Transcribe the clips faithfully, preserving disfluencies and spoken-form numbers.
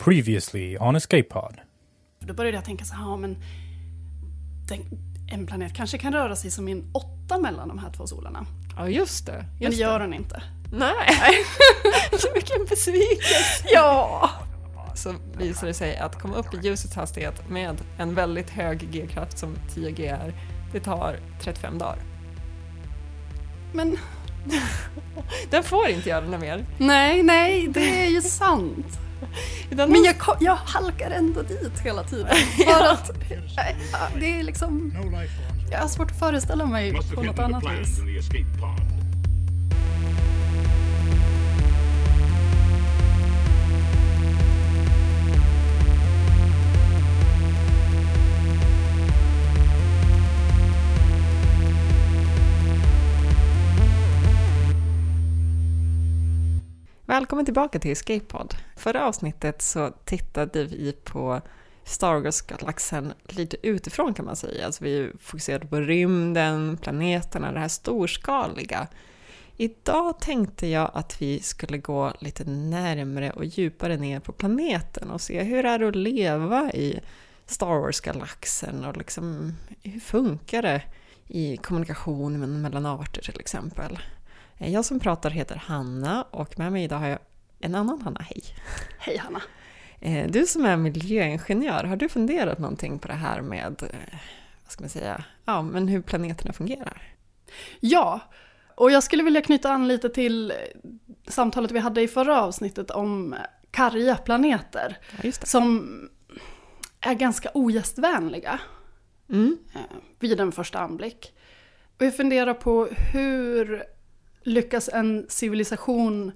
Previously on Escape Pod. Då började jag tänka så här, ja, men den, en planet kanske kan röra sig som en åtta mellan de här två solarna. Ja, just det. Just men det gör det. den inte. Nej. Vilken besvikelse. Ja. Så visar det sig att komma upp i ljusets hastighet med en väldigt hög G-kraft som tio G är, det tar trettiofem dagar. Men den får inte göra det mer. Nej, nej, det är ju sant. Utan men jag, jag halkar ändå dit hela tiden. För att äh, det är liksom, jag har svårt att föreställa mig på något annat vis. Välkommen tillbaka till Escape Pod. Förra avsnittet så tittade vi på Star Wars-galaxen lite utifrån kan man säga. Alltså vi fokuserade på rymden, planeterna, det här storskaliga. Idag tänkte jag att vi skulle gå lite närmare och djupare ner på planeten och se hur det är att leva i Star Wars-galaxen och liksom hur funkar det i kommunikation mellan arter till exempel. Jag som pratar heter Hanna och med mig idag har jag en annan Hanna. Hej! Hej Hanna! Du som är miljöingenjör, har du funderat någonting på det här med vad ska man säga, ja, men hur planeterna fungerar? Ja, och jag skulle vilja knyta an lite till samtalet vi hade i förra avsnittet om karga planeter. Ja, just det. Som är ganska ogästvänliga mm. vid en första anblick. Och jag funderar på hur lyckas en civilisation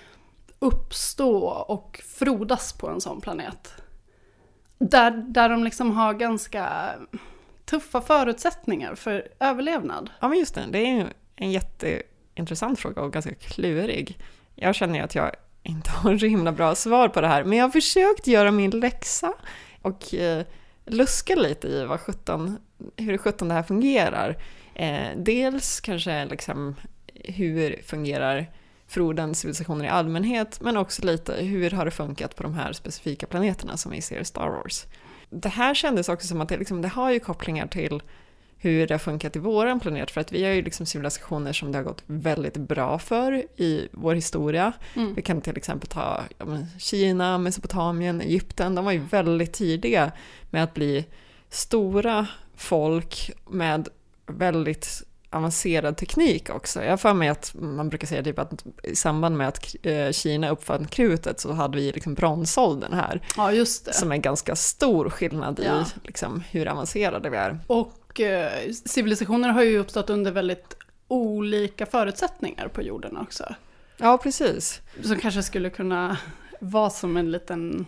uppstå och frodas på en sån planet. Där, där de liksom har ganska tuffa förutsättningar för överlevnad. Ja, men just det. Det är en jätteintressant fråga och ganska klurig. Jag känner ju att jag inte har så himla bra svar på det här. Men jag har försökt göra min läxa och eh, luska lite i vad sjutton, hur sjutton det här fungerar. Eh, dels kanske liksom hur fungerar frodens civilisationer i allmänhet, men också lite hur har det funkat på de här specifika planeterna som vi ser i Star Wars. Det här kändes också som att det, liksom, det har ju kopplingar till hur det har funkat i våran planet, för att vi har ju liksom civilisationer som det har gått väldigt bra för i vår historia. Mm. Vi kan till exempel ta ja, men Kina, Mesopotamien, Egypten, de var ju väldigt tidiga med att bli stora folk med väldigt avancerad teknik också. Jag får mig att man brukar säga typ att i samband med att Kina uppfann krutet så hade vi liksom bronsåldern här. Ja, just det. Som är ganska stor skillnad i ja. liksom, hur avancerade vi är. Och eh, civilisationer har ju uppstått under väldigt olika förutsättningar på jorden också. Ja, precis. Som kanske skulle kunna vara som en liten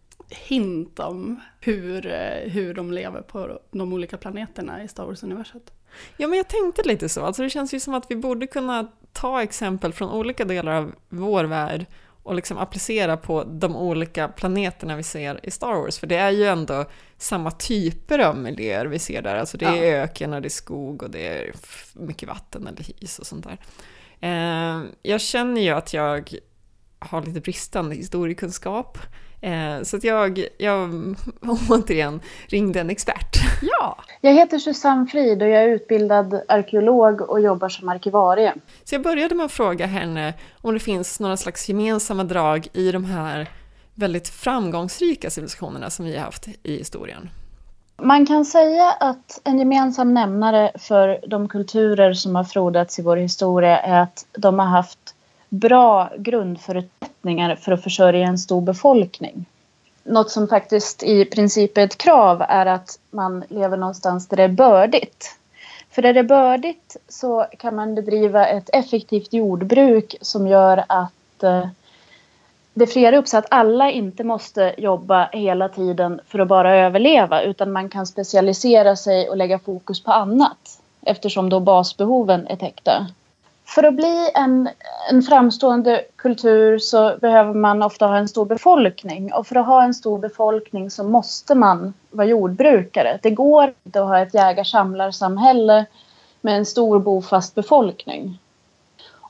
hint om hur, hur de lever på de olika planeterna i Star Wars-universet. Ja, men jag tänkte lite så. Alltså det känns ju som att vi borde kunna ta exempel från olika delar av vår värld och liksom applicera på de olika planeterna vi ser i Star Wars. För det är ju ändå samma typer av miljöer vi ser där. Alltså det är ja. öken och det är skog och det är mycket vatten eller is och sånt där. Eh, jag känner ju att jag har lite bristande historiekunskap. Eh, så att jag, jag återigen ringde en expert. Ja. Jag heter Susanne Frid och jag är utbildad arkeolog och jobbar som arkivarie. Så jag började med att fråga henne om det finns några slags gemensamma drag i de här väldigt framgångsrika civilisationerna som vi har haft i historien. Man kan säga att en gemensam nämnare för de kulturer som har frodats i vår historia är att de har haft bra grundförutsättningar för att försörja en stor befolkning. Något som faktiskt i princip är ett krav är att man lever någonstans där det är bördigt. För där det är bördigt så kan man bedriva ett effektivt jordbruk som gör att eh, det friar upp så att alla inte måste jobba hela tiden för att bara överleva, utan man kan specialisera sig och lägga fokus på annat eftersom då basbehoven är täckta. För att bli en, en framstående kultur så behöver man ofta ha en stor befolkning. Och för att ha en stor befolkning så måste man vara jordbrukare. Det går inte att ha ett jägar-samlarsamhälle med en stor bofast befolkning.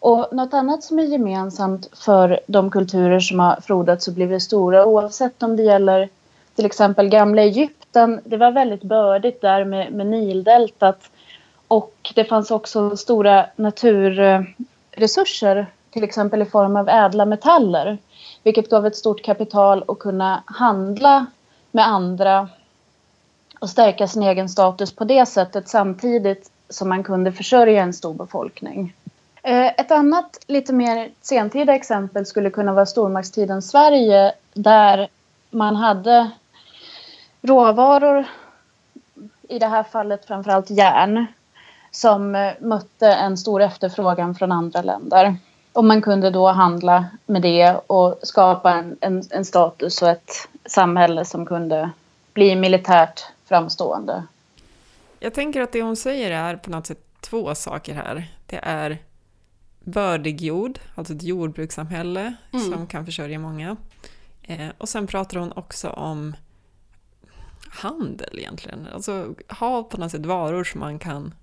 Och något annat som är gemensamt för de kulturer som har frodats och blivit stora, oavsett om det gäller till exempel gamla Egypten, det var väldigt bördigt där med, med Nildeltat, och det fanns också stora naturresurser, till exempel i form av ädla metaller, vilket gav ett stort kapital att kunna handla med andra och stärka sin egen status på det sättet, samtidigt som man kunde försörja en stor befolkning. Ett annat lite mer sentida exempel skulle kunna vara stormaktstiden Sverige, där man hade råvaror, i det här fallet framförallt järn, som mötte en stor efterfrågan från andra länder. Och man kunde då handla med det och skapa en, en, en status och ett samhälle som kunde bli militärt framstående. Jag tänker att det hon säger är på något sätt två saker här. Det är bördig jord, alltså ett jordbrukssamhälle mm. som kan försörja många. Eh, och sen pratar hon också om handel egentligen. Alltså ha på något sätt varor som man kan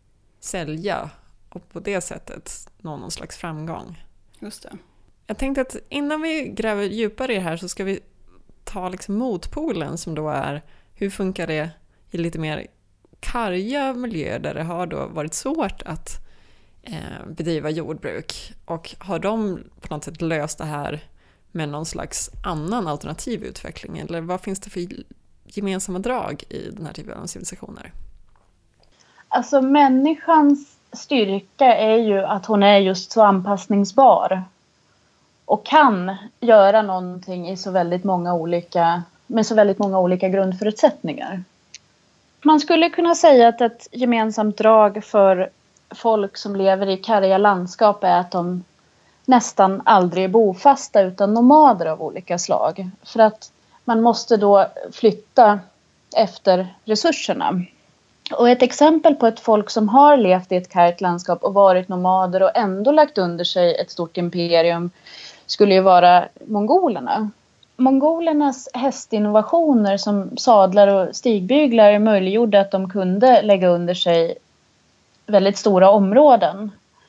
sälja och på det sättet nå någon slags framgång. Just det. Jag tänkte att innan vi gräver djupare i det här så ska vi ta liksom motpolen som då är hur funkar det i lite mer karga miljöer där det har då varit svårt att eh, bedriva jordbruk, och har de på något sätt löst det här med någon slags annan alternativ utveckling, eller vad finns det för gemensamma drag i den här typen av civilisationer? Alltså människans styrka är ju att hon är just så anpassningsbar och kan göra någonting i så väldigt många olika, med så väldigt många olika grundförutsättningar. Man skulle kunna säga att ett gemensamt drag för folk som lever i karga landskap är att de nästan aldrig är bofasta utan nomader av olika slag. För att man måste då flytta efter resurserna. Och ett exempel på ett folk som har levt i ett kargt landskap och varit nomader och ändå lagt under sig ett stort imperium skulle ju vara mongolerna. Mongolernas hästinnovationer som sadlar och stigbyglar möjliggjorde att de kunde lägga under sig väldigt stora områden.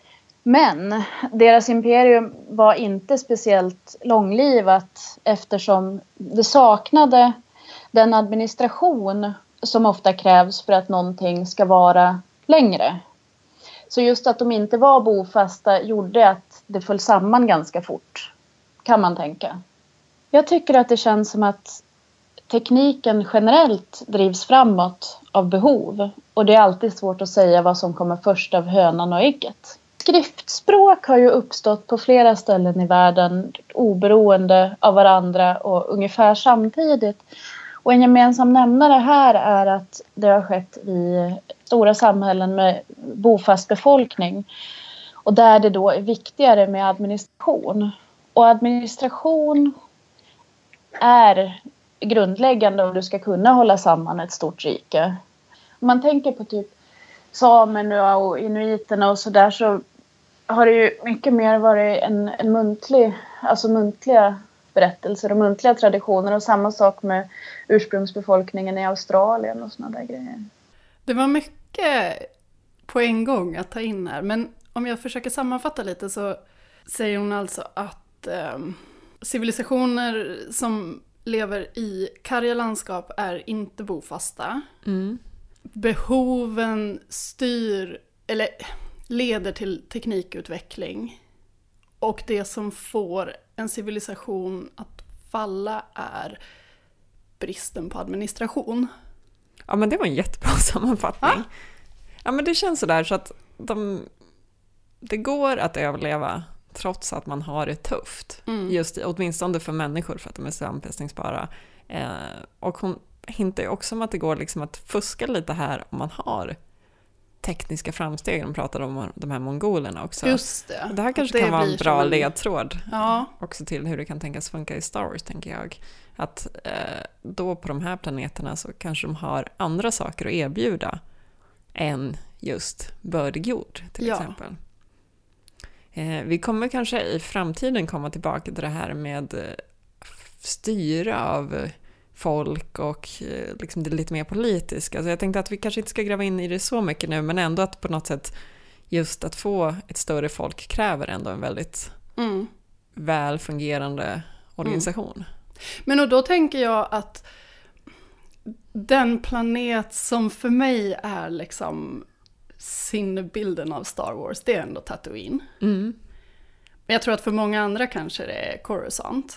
Men deras imperium var inte speciellt långlivat eftersom det saknade den administration som ofta krävs för att någonting ska vara längre. Så just att de inte var bofasta gjorde att det föll samman ganska fort, kan man tänka. Jag tycker att det känns som att tekniken generellt drivs framåt av behov. Och det är alltid svårt att säga vad som kommer först av hönan och ägget. Skriftspråk har ju uppstått på flera ställen i världen oberoende av varandra och ungefär samtidigt. Och en gemensam nämnare här är att det har skett i stora samhällen med bofast befolkning. Och där det då är viktigare med administration. Och administration är grundläggande om du ska kunna hålla samman ett stort rike. Om man tänker på typ samerna och inuiterna och sådär, så har det ju mycket mer varit en, en muntlig, alltså muntliga berättelser och muntliga traditioner, och samma sak med ursprungsbefolkningen i Australien och såna där grejer. Det var mycket på en gång att ta in här, men om jag försöker sammanfatta lite så säger hon alltså att eh, civilisationer som lever i karga landskap är inte bofasta. Mm. Behoven styr eller leder till teknikutveckling. Och det som får en civilisation att falla är bristen på administration. Ja, men det var en jättebra sammanfattning. Ah? Ja, men det känns så där så att de, det går att överleva trots att man har det tufft. Mm. Just åtminstone för människor, för att de är så anpassningsbara. Eh, och hon hintar ju också om att det går liksom att fuska lite här om man har tekniska framsteg. De pratar om de här mongolerna också. Just det. Det här kanske det kan vara en bra en... ledtråd. Ja. Också till hur det kan tänkas funka i Star Wars, tänker jag. Att eh, då på de här planeterna så kanske de har andra saker att erbjuda än just bördig jord, till ja. exempel. Eh, vi kommer kanske i framtiden komma tillbaka till det här med eh, styra av eh, folk och eh, liksom det lite mer politiska. Alltså jag tänkte att vi kanske inte ska gräva in i det så mycket nu, men ändå att på något sätt just att få ett större folk kräver ändå en väldigt Mm. väl fungerande organisation. Mm. Men och då tänker jag att den planet som för mig är liksom sinnebilden av Star Wars, det är ändå Tatooine. Mm. Men jag tror att för många andra kanske det är Coruscant.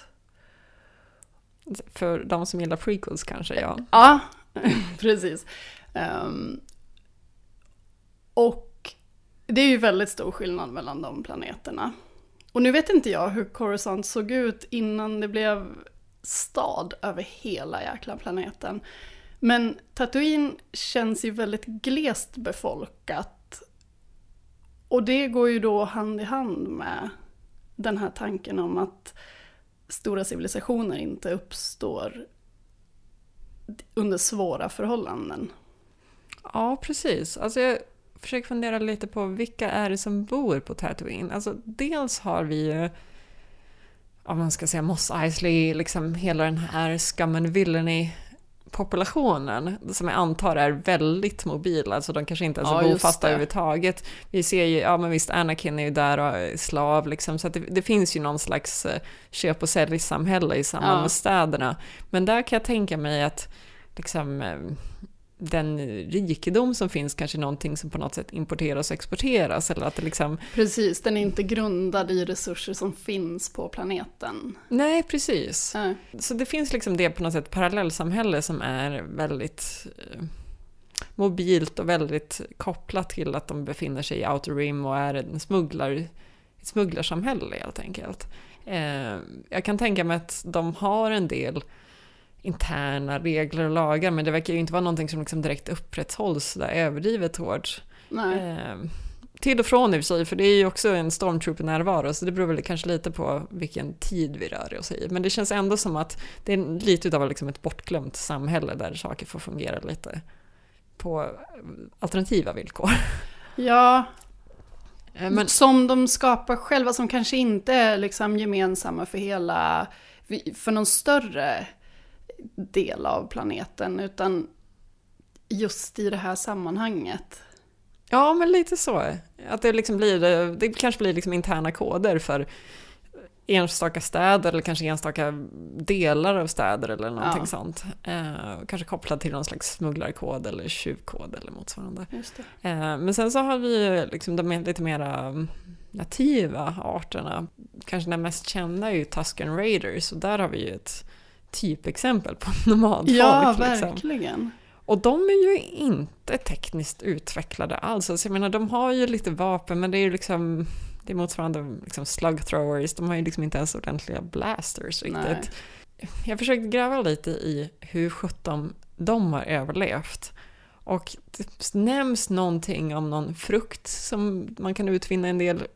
För de som gillar prequels kanske, ja. Ja, precis. Um, och det är ju väldigt stor skillnad mellan de planeterna. Och nu vet inte jag hur Coruscant såg ut innan det blev stad över hela jäkla planeten. Men Tatooine känns ju väldigt glest befolkat. Och det går ju då hand i hand med den här tanken om att stora civilisationer inte uppstår under svåra förhållanden. Ja, precis. Alltså jag försöker fundera lite på vilka är det som bor på Tatooine. Alltså dels har vi ju, om man ska säga Mos Eisley, liksom hela den här scum and villainy populationen som jag antar är väldigt mobila, alltså de kanske inte ens är ja, bofasta överhuvudtaget. Vi ser ju, ja men visst, Anakin är ju där och är slav liksom, så att det, det finns ju någon slags köp- och säljsamhälle i samband ja. med städerna. Men där kan jag tänka mig att liksom den rikedom som finns kanske är någonting som på något sätt importeras och exporteras, eller att det liksom... Precis, den är inte grundad i resurser som finns på planeten. Nej, precis. Äh. Så det finns liksom det på något sätt parallellsamhälle som är väldigt eh, mobilt och väldigt kopplat till att de befinner sig i Outer Rim och är en smugglar, ett smugglarsamhälle helt enkelt. Eh, jag kan tänka mig att de har en del interna regler och lagar, men det verkar ju inte vara någonting som liksom direkt upprätthålls där överdrivet hårt. Nej. Eh, till och från i och för sig, för det är ju också en stormtrooper-närvaro, så det beror väl kanske lite på vilken tid vi rör oss i. Men det känns ändå som att det är lite av liksom ett bortglömt samhälle där saker får fungera lite på alternativa villkor. Ja, eh, men, som de skapar själva, som kanske inte är liksom gemensamma för hela, för någon större del av planeten, utan just i det här sammanhanget. Ja, men lite så. Att det liksom blir, det kanske blir liksom interna koder för enstaka städer eller kanske enstaka delar av städer eller någonting ja. sånt. Eh, kanske kopplat till någon slags smugglarkod eller tjuvkod eller motsvarande. Just det. Eh, men sen så har vi liksom de lite mera nativa arterna. Kanske den mest kända är ju Tusken Raiders, och där har vi ju ett typexempel på nomadfolk. Ja, liksom. verkligen. Och de är ju inte tekniskt utvecklade alls. Alltså jag menar, de har ju lite vapen, men det är ju liksom, det är motsvarande liksom slug throwers. De har ju liksom inte ens ordentliga blasters riktigt. Nej. Jag försökte gräva lite i hur sjutton de har överlevt. Och det nämns någonting om någon frukt som man kan utvinna en del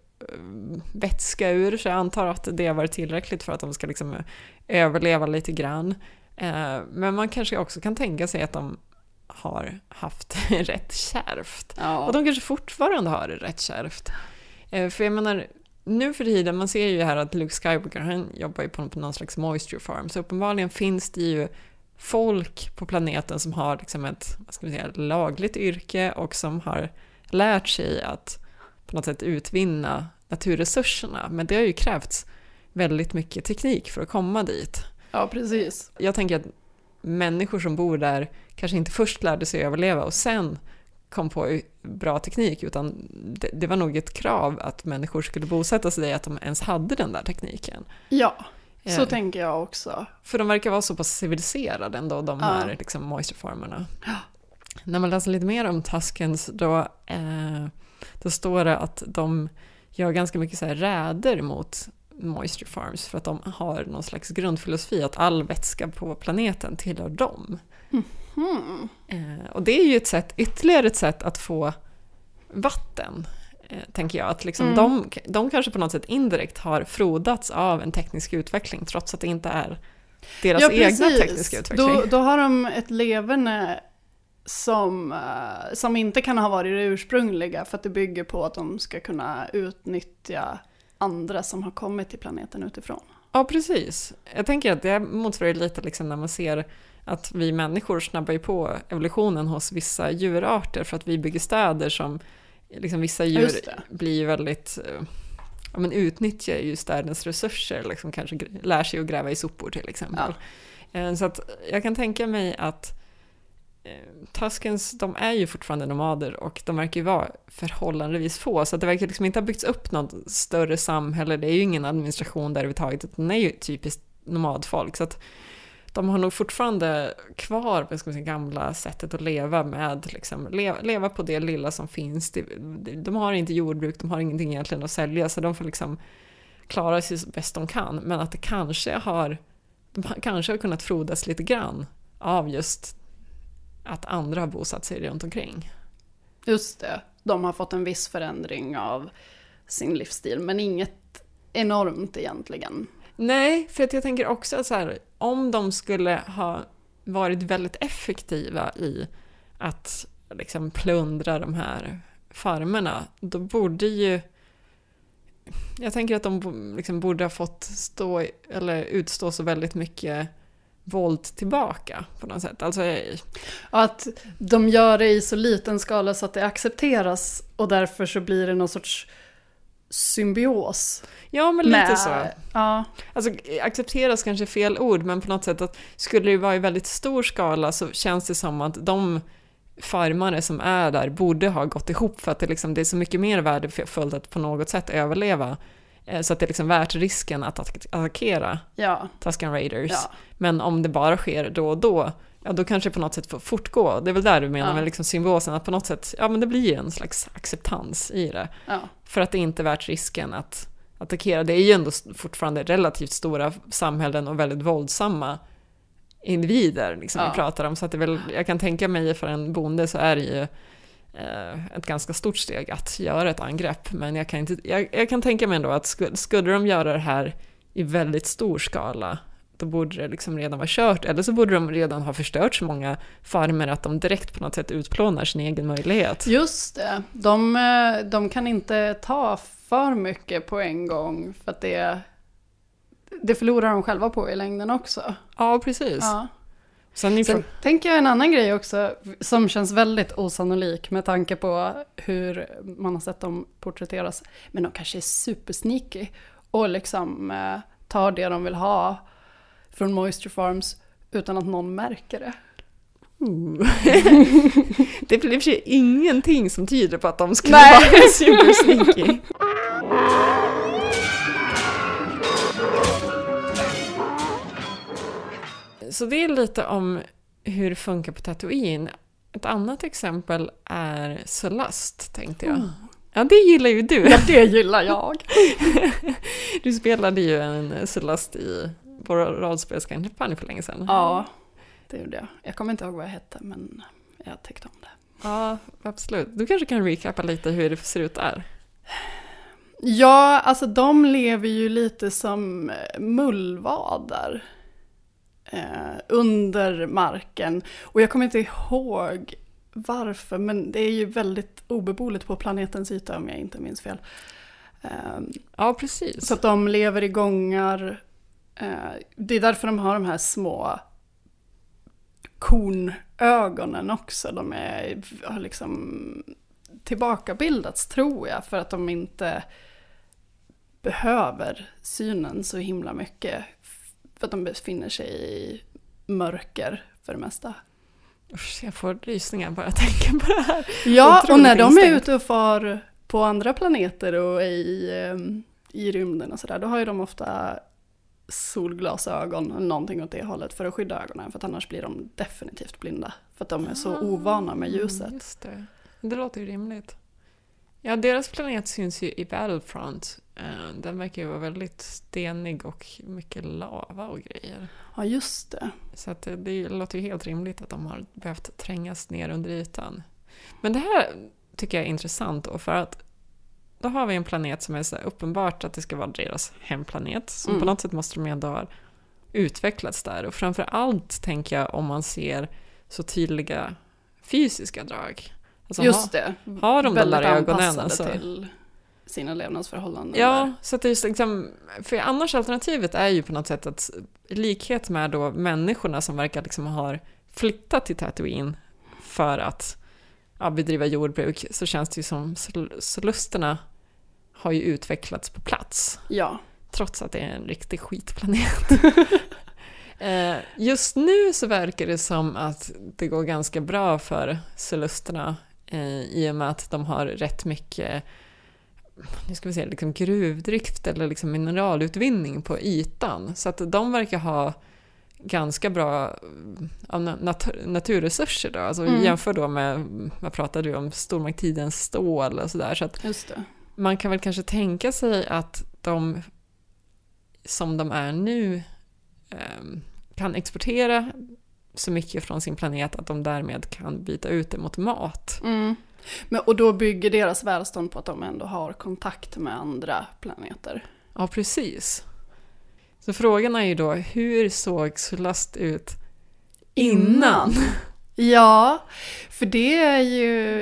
vätska ur, så jag antar att det har varit tillräckligt för att de ska liksom överleva lite grann. Men man kanske också kan tänka sig att de har haft rätt kärvt. Ja. Och de kanske fortfarande har det rätt kärvt. För jag menar, nu för tiden, man ser ju här att Luke Skywalker, han jobbar ju på någon slags moisture farm, så uppenbarligen finns det ju folk på planeten som har liksom ett, vad ska man säga, lagligt yrke och som har lärt sig att på något sätt utvinna naturresurserna. Men det har ju krävts väldigt mycket teknik för att komma dit. Ja, precis. Jag tänker att människor som bor där kanske inte först lärde sig överleva och sen kom på bra teknik, utan det, det var nog ett krav att människor skulle bosätta sig, att de ens hade den där tekniken. Ja, så eh, tänker jag också. För de verkar vara så pass civiliserade ändå, de här ja. liksom moisture-formerna. Ja. När man läser lite mer om Tuskens, då, eh, då står det att de gör ganska mycket så här räder mot moisture farms, för att de har någon slags grundfilosofi att all vätska på planeten tillhör dem. Mm. Eh, och det är ju ett sätt, ytterligare ett sätt att få vatten, eh, tänker jag. Att liksom mm. de, de kanske på något sätt indirekt har frodats av en teknisk utveckling, trots att det inte är deras ja, egna tekniska utveckling. Då, då har de ett leverne som, som inte kan ha varit det ursprungliga, för att det bygger på att de ska kunna utnyttja andra som har kommit till planeten utifrån. Ja, precis. Jag tänker att det motsvarar lite liksom när man ser att vi människor snabbar ju på evolutionen hos vissa djurarter, för att vi bygger städer som liksom vissa djur blir ju väldigt, ja, men utnyttjar ju städens resurser, liksom kanske lär sig att gräva i sopor till exempel. Ja. Så att jag kan tänka mig att Tuskens, de är ju fortfarande nomader och de verkar ju vara förhållandevis få, så att det verkar liksom inte ha byggts upp något större samhälle. Det är ju ingen administration där överhuvudtaget, utan det är ju typiskt nomadfolk, så att de har nog fortfarande kvar det gamla sättet att leva med, liksom, leva, leva på det lilla som finns. De, de har inte jordbruk, de har ingenting egentligen att sälja, så de får liksom klara sig bäst de kan, men att det kanske har de kanske har kunnat frodas lite grann av just att andra har bosatt sig runt omkring. Just det. De har fått en viss förändring av sin livsstil, men inget enormt egentligen. Nej, för att jag tänker också att så här, om de skulle ha varit väldigt effektiva i att liksom plundra de här farmerna, då borde ju jag tänker att de liksom borde ha fått stå eller utstå så väldigt mycket våld tillbaka på något sätt. Alltså, att de gör det i så liten skala så att det accepteras, och därför så blir det någon sorts symbios. Ja, men lite med, så. Ja. Alltså, accepteras kanske fel ord, men på något sätt att skulle det vara i väldigt stor skala så känns det som att de farmare som är där borde ha gått ihop, för att det, liksom, det är så mycket mer värdefullt att på något sätt överleva, så att det är liksom värt risken att attackera ja. Tusken Raiders. Ja. Men om det bara sker då och då, ja, då kanske det på något sätt får fortgå. Det är väl där du menar ja. med liksom symbosen, att på något sätt, ja, men det blir en slags acceptans i det. Ja. För att det inte är värt risken att attackera. Det är ju ändå fortfarande relativt stora samhällen och väldigt våldsamma individer liksom, ja. vi pratar om. Så att det väl, jag kan tänka mig för en bonde så är det ju eh, ett ganska stort steg att göra ett angrepp. Men jag kan, inte, jag, jag kan tänka mig ändå att skulle, skulle de göra det här i väldigt stor skala, då borde det liksom redan vara kört. Eller så borde de redan ha förstört så många farmer att de direkt på något sätt utplånar sin egen möjlighet. Just det. De, de kan inte ta för mycket på en gång, för att det, det förlorar de själva på i längden också. Ja, precis. Ja. Sen, Sen tänker jag en annan grej också som känns väldigt osannolik med tanke på hur man har sett dem porträtteras. Men de kanske är supersneaky och liksom eh, tar det de vill ha från Moisture Farms utan att någon märker det. Uh. Det blir för sig ingenting som tyder på att de skulle Nej. vara supersneaky. Så det är lite om hur det funkar på Tatooine. Ett annat exempel är Solast, tänkte jag. Mm. Ja, det gillar ju du. Ja, det gillar jag. Du spelade ju en Solast i vår rollspelskampanj för länge sedan. Ja, det gjorde jag. Jag kommer inte ihåg vad jag hette, men jag tyckte om det. Ja, absolut. Du kanske kan recapa lite hur det ser ut där. Ja, alltså de lever ju lite som mullvadar eh, under marken. Och jag kommer inte ihåg varför, men det är ju väldigt obeboeligt på planetens yta om jag inte minns fel. Eh, ja, precis. Så att de lever i gångar. Eh, det är därför de har de här små kornögonen också. De är, har liksom tillbakabildats, tror jag, för att de inte behöver synen så himla mycket, för att de befinner sig i mörker för det mesta. Usch, jag får rysningar bara tänka på det här. Ja, och när de är ute och far på andra planeter och i, i rymden och sådär, då har ju de ofta solglasögon eller någonting åt det hållet för att skydda ögonen, för att annars blir de definitivt blinda, för att de är så ovana med ljuset. Just det. Det låter ju rimligt. Ja, deras planet syns ju i Battlefront. Den verkar ju vara väldigt stenig och mycket lava och grejer. Ja, just det. Så att det, det låter ju helt rimligt att de har behövt trängas ner under ytan. Men det här tycker jag är intressant då, för att då har vi en planet som är så uppenbart att det ska vara deras hemplanet. Som mm. på något sätt måste de ändå ha utvecklats där. Och framför allt tänker jag om man ser så tydliga fysiska drag. Alltså, just det. Har, har de väldigt de där ögonen anpassade alltså till sina levnadsförhållanden. Ja, där. Så att det är liksom, för annars alternativet är ju på något sätt att i likhet med då människorna som verkar liksom ha flyttat till Tatooine för att ja, bedriva jordbruk, så känns det ju som Solusterna har ju utvecklats på plats. Ja. Trots att det är en riktig skitplanet. Just nu så verkar det som att det går ganska bra för Solusterna i och med att de har rätt mycket, nu ska vi säga, liksom gruvdrift eller liksom mineralutvinning på ytan. Så att de verkar ha ganska bra nat- naturresurser då. Alltså mm. jämför då med, vad pratade du om, stormaktidens stål och sådär. Så att Just det. Man kan väl kanske tänka sig att de som de är nu kan exportera så mycket från sin planet att de därmed kan byta ut det mot mat. Mm. Men, och då bygger deras välstånd på att de ändå har kontakt med andra planeter. Ja, precis. Så frågan är ju då, hur såg Solast ut innan? innan? Ja, för det är ju...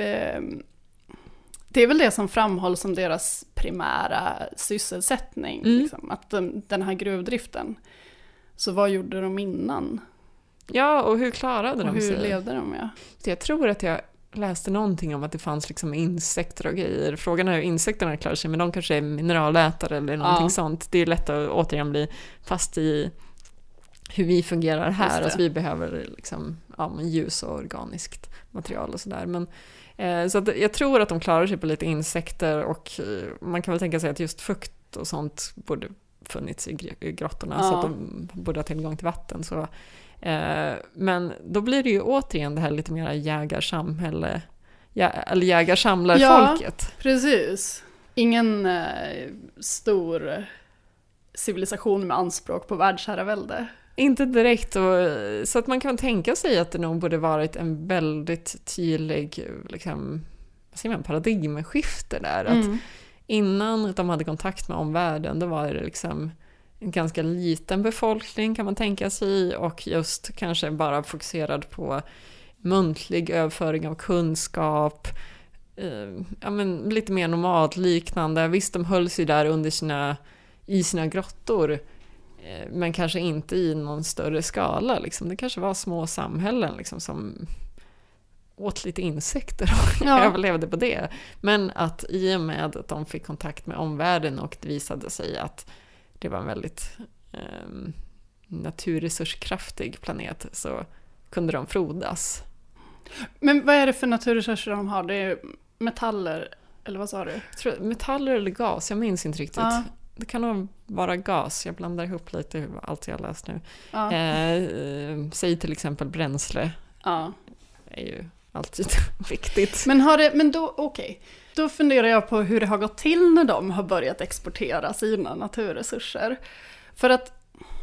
Det är väl det som framhålls som deras primära sysselsättning. Mm. Liksom, att de, den här gruvdriften. Så vad gjorde de innan? Ja, och hur klarade och de hur sig? Hur levde de, ja. Så jag tror att jag läste någonting om att det fanns liksom insekter och grejer. Frågan är hur insekterna klarar sig, men de kanske är mineralätare eller någonting ja. sånt. Det är lätt att återigen bli fast i hur vi fungerar här. Alltså vi behöver liksom, ja, ljus och organiskt material och sådär. Men eh, så att jag tror att de klarar sig på lite insekter och eh, man kan väl tänka sig att just fukt och sånt borde funnits i grottorna ja. så att de borde ha tillgång till vatten. Så, eh, men då blir det ju återigen det här lite mer jägarsamhälle, jä, eller jägarsamlarfolket. Ja, precis. Ingen eh, stor civilisation med anspråk på världsherravälde. Inte direkt, och, så att man kan tänka sig att det nog borde varit en väldigt tydlig liksom, vad säger man, paradigmskifte där. Mm. Att innan de hade kontakt med omvärlden, då var det liksom en ganska liten befolkning kan man tänka sig, och just kanske bara fokuserad på muntlig överföring av kunskap, eh, ja, men lite mer nomadliknande. Visst, de höll sig där under sina, i sina grottor, eh, men kanske inte i någon större skala. Liksom. Det kanske var små samhällen liksom, som åt lite insekter och ja. överlevde på det. Men att i och med att de fick kontakt med omvärlden och det visade sig att det var en väldigt eh, naturresurskraftig planet, så kunde de frodas. Men vad är det för naturresurser de har? Det är metaller, eller vad sa du? Jag tror, metaller eller gas, jag minns inte riktigt. Ja. Det kan nog vara gas, jag blandar ihop lite allt jag har läst nu. Ja. Eh, säg till exempel bränsle. Ja. Är ju alltid viktigt. Men, har det, men då, okej. Okay. Då funderar jag på hur det har gått till när de har börjat exportera sina naturresurser. För att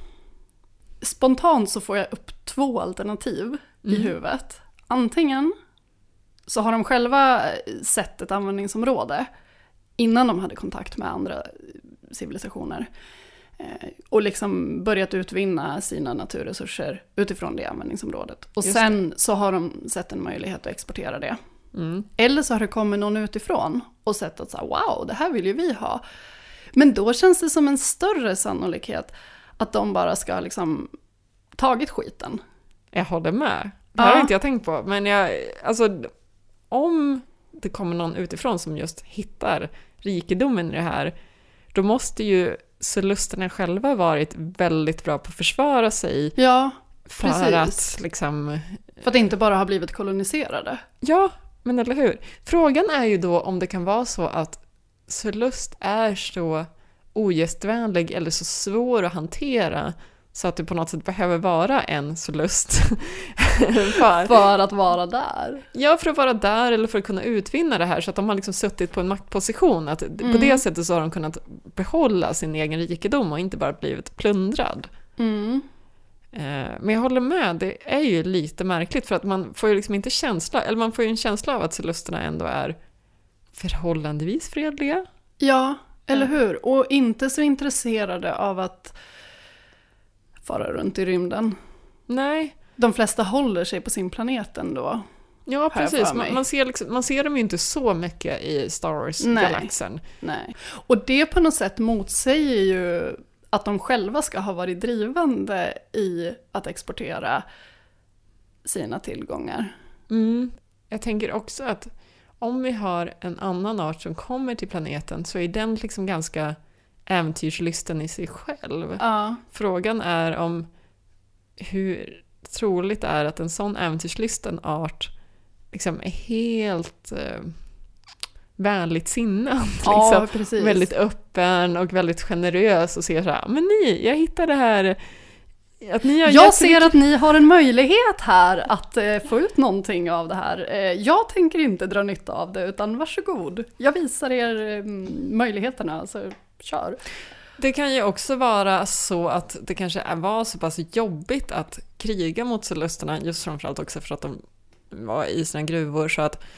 spontant så får jag upp två alternativ mm. i huvudet. Antingen så har de själva sett ett användningsområde innan de hade kontakt med andra civilisationer och liksom börjat utvinna sina naturresurser utifrån det användningsområdet. Och Just sen det. så har de sett en möjlighet att exportera det. Mm. Eller så har det kommit någon utifrån och sett att så här, wow, det här vill ju vi ha. Men då känns det som en större sannolikhet att de bara ska liksom tagit skiten. Jag håller med. Det här ja. har inte jag tänkt på. Men jag, alltså, om det kommer någon utifrån som just hittar rikedomen i det här, då måste ju Solusterna själva varit väldigt bra på att försvara sig. Ja, för precis. Att, liksom, för att inte bara ha blivit koloniserade. Ja, men eller hur? Frågan är ju då om det kan vara så att Solust är så ogästvänlig eller så svår att hantera så att du på något sätt behöver vara en Solust. för, för att vara där. Ja, för att vara där eller för att kunna utvinna det här, så att de har liksom suttit på en maktposition. Att mm. på det sättet så har de kunnat behålla sin egen rikedom och inte bara blivit plundrad. Mm. Men jag håller med, det är ju lite märkligt, för att man får ju liksom inte känsla, eller man får ju en känsla av att Solusterna ändå är förhållandevis fredliga. Ja, eller hur? Och inte så intresserade av att fara runt i rymden. Nej. De flesta håller sig på sin planet ändå. Ja, precis. Man, man, ser liksom, man ser dem ju inte så mycket i Star Wars-galaxen. Nej. Och det på något sätt motsäger ju att de själva ska ha varit drivande i att exportera sina tillgångar. Mm. jag tänker också att om vi har en annan art som kommer till planeten så är den liksom ganska äventyrslysten i sig själv. Ja. Frågan är om hur troligt det är att en sån äventyrslysten art liksom är helt eh, vänligt sinnad. Ja, Liksom. precis. Väldigt öppen och väldigt generös och ser så här, men ni, jag hittade det här. Att ni har Jag ser att ni har en möjlighet här att eh, få ut någonting av det här. Eh, jag tänker inte dra nytta av det, utan varsågod. Jag visar er eh, möjligheterna, så kör. Det kan ju också vara så att det kanske är, var så pass jobbigt att kriga mot Solusterna, just framförallt också för att de var i sina gruvor, så att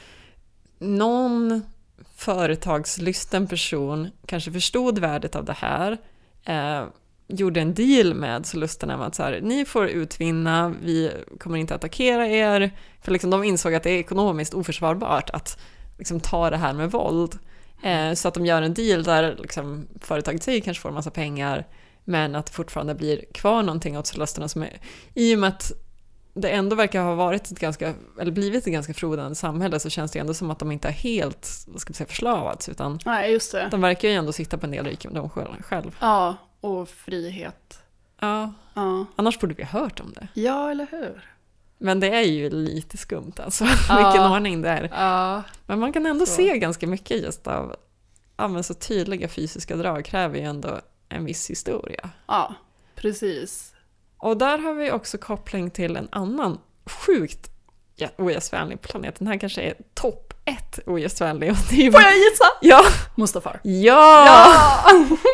någon företagslysten person kanske förstod värdet av det här, eh, gjorde en deal med Solusterna med att så här, ni får utvinna, vi kommer inte attackera er, för liksom de insåg att det är ekonomiskt oförsvarbart att liksom ta det här med våld. Eh, så att de gör en deal där liksom företaget säger kanske får en massa pengar, men att det fortfarande blir kvar någonting åt Solusterna som är, i och med att det ändå verkar ha varit ett ganska, eller blivit ett ganska frodande samhälle, så känns det ändå som att de inte är helt, vad ska man säga, förslavats, utan Nej, just det. de verkar ju ändå sitta på en del rikedom själv. Ja, och frihet. Ja, Ja. annars borde vi ha hört om det. Ja, eller hur? Men det är ju lite skumt alltså, Ja. vilken ordning det är. Ja. Men man kan ändå Så. se ganska mycket just av, ja, men så tydliga fysiska drag kräver ju ändå en viss historia. Ja, precis. Och där har vi också koppling till en annan sjukt ja, ogästvänlig planet. Den här kanske är topp ett ogästvänlig. Får jag gissa? Ja! Mustafar. Ja! Ja!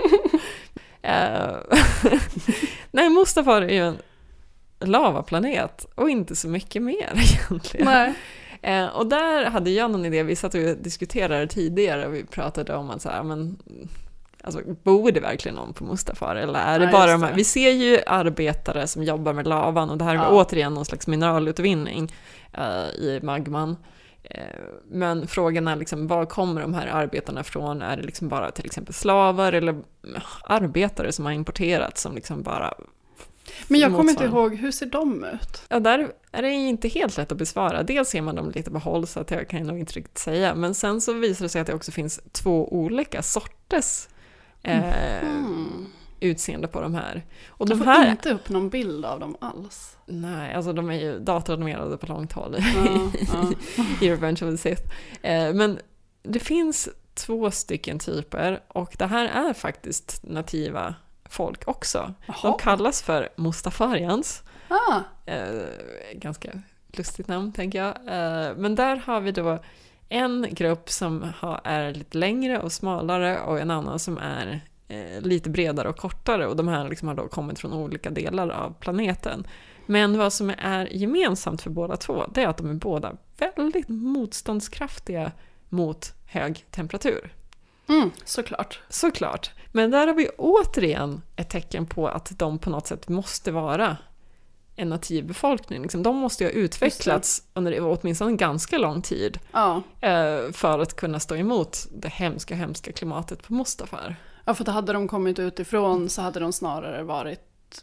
Eh, Nej, Mustafar är ju en lavaplanet och inte så mycket mer egentligen. Nej. Eh, och där hade jag någon idé, vi satt och diskuterade tidigare och vi pratade om att så här, men, alltså, bor det verkligen någon på Mustafar? Eller är det Ja, bara just de här, det. vi ser ju arbetare som jobbar med lavan och det här är Ja. återigen någon slags mineralutvinning eh, i magman. Eh, men frågan är liksom, var kommer de här arbetarna från? Är det liksom bara till exempel slavar eller eh, arbetare som har importerats som liksom bara... Men jag kommer inte motsvarar- ihåg, hur ser de ut? Ja, där är det inte helt lätt att besvara. Dels ser man dem lite på håll så att jag kan nog inte riktigt säga. Men sen så visar det sig att det också finns två olika sorters eh, Mm. utseende på de här. Och Jag de får här... inte upp någon bild av dem alls. Nej, alltså de är ju datoranimerade på långt håll Ja, ja. i Revenge of the Sith. Eh, men det finns två stycken typer och det här är faktiskt nativa folk också. Jaha. De kallas för Mustafarians. Ah, Eh, ganska lustigt namn, tänker jag. Eh, men där har vi då en grupp som har, är lite längre och smalare och en annan som är eh, lite bredare och kortare. Och de här liksom har då kommit från olika delar av planeten. Men vad som är gemensamt för båda två, det är att de är båda väldigt motståndskraftiga mot hög temperatur. mm, såklart. Såklart. Men där har vi återigen ett tecken på att de på något sätt måste vara en nativ befolkning. Liksom, de måste ju ha utvecklats under åtminstone en ganska lång tid Ja. eh, för att kunna stå emot det hemska, hemska klimatet på Mustafar. Ja, för att hade de kommit utifrån så hade de snarare varit,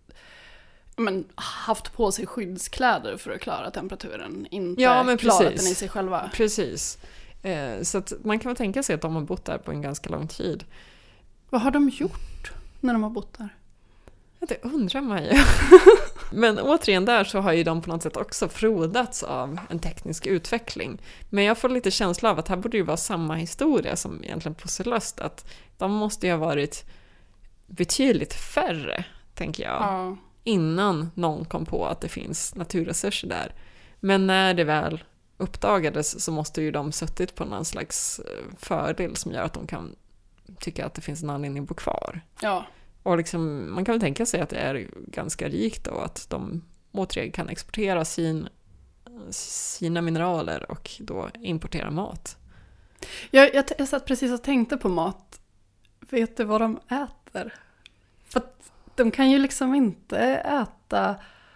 men, haft på sig skyddskläder för att klara temperaturen, inte Ja, men klarat precis. den i sig själva. Precis. Eh, så att man kan väl tänka sig att de har bott där på en ganska lång tid. Vad har de gjort när de har bott där? Ja, det undrar man ju. Men återigen där så har ju de på något sätt också frodats av en teknisk utveckling. Men jag får lite känsla av att här borde ju vara samma historia som egentligen på Celeste. Att de måste ju ha varit betydligt färre, tänker jag. Ja. Innan någon kom på att det finns naturresurser där. Men när det väl uppdagades så måste ju de suttit på någon slags fördel som gör att de kan tycka att det finns en anledning att bo kvar. Ja. Och liksom, man kan väl tänka sig att det är ganska rikt och att de återigen kan exportera sin, sina mineraler och då importera mat. Jag, jag, jag satt precis och tänkte på mat. Vet du vad de äter? För att de kan ju liksom inte äta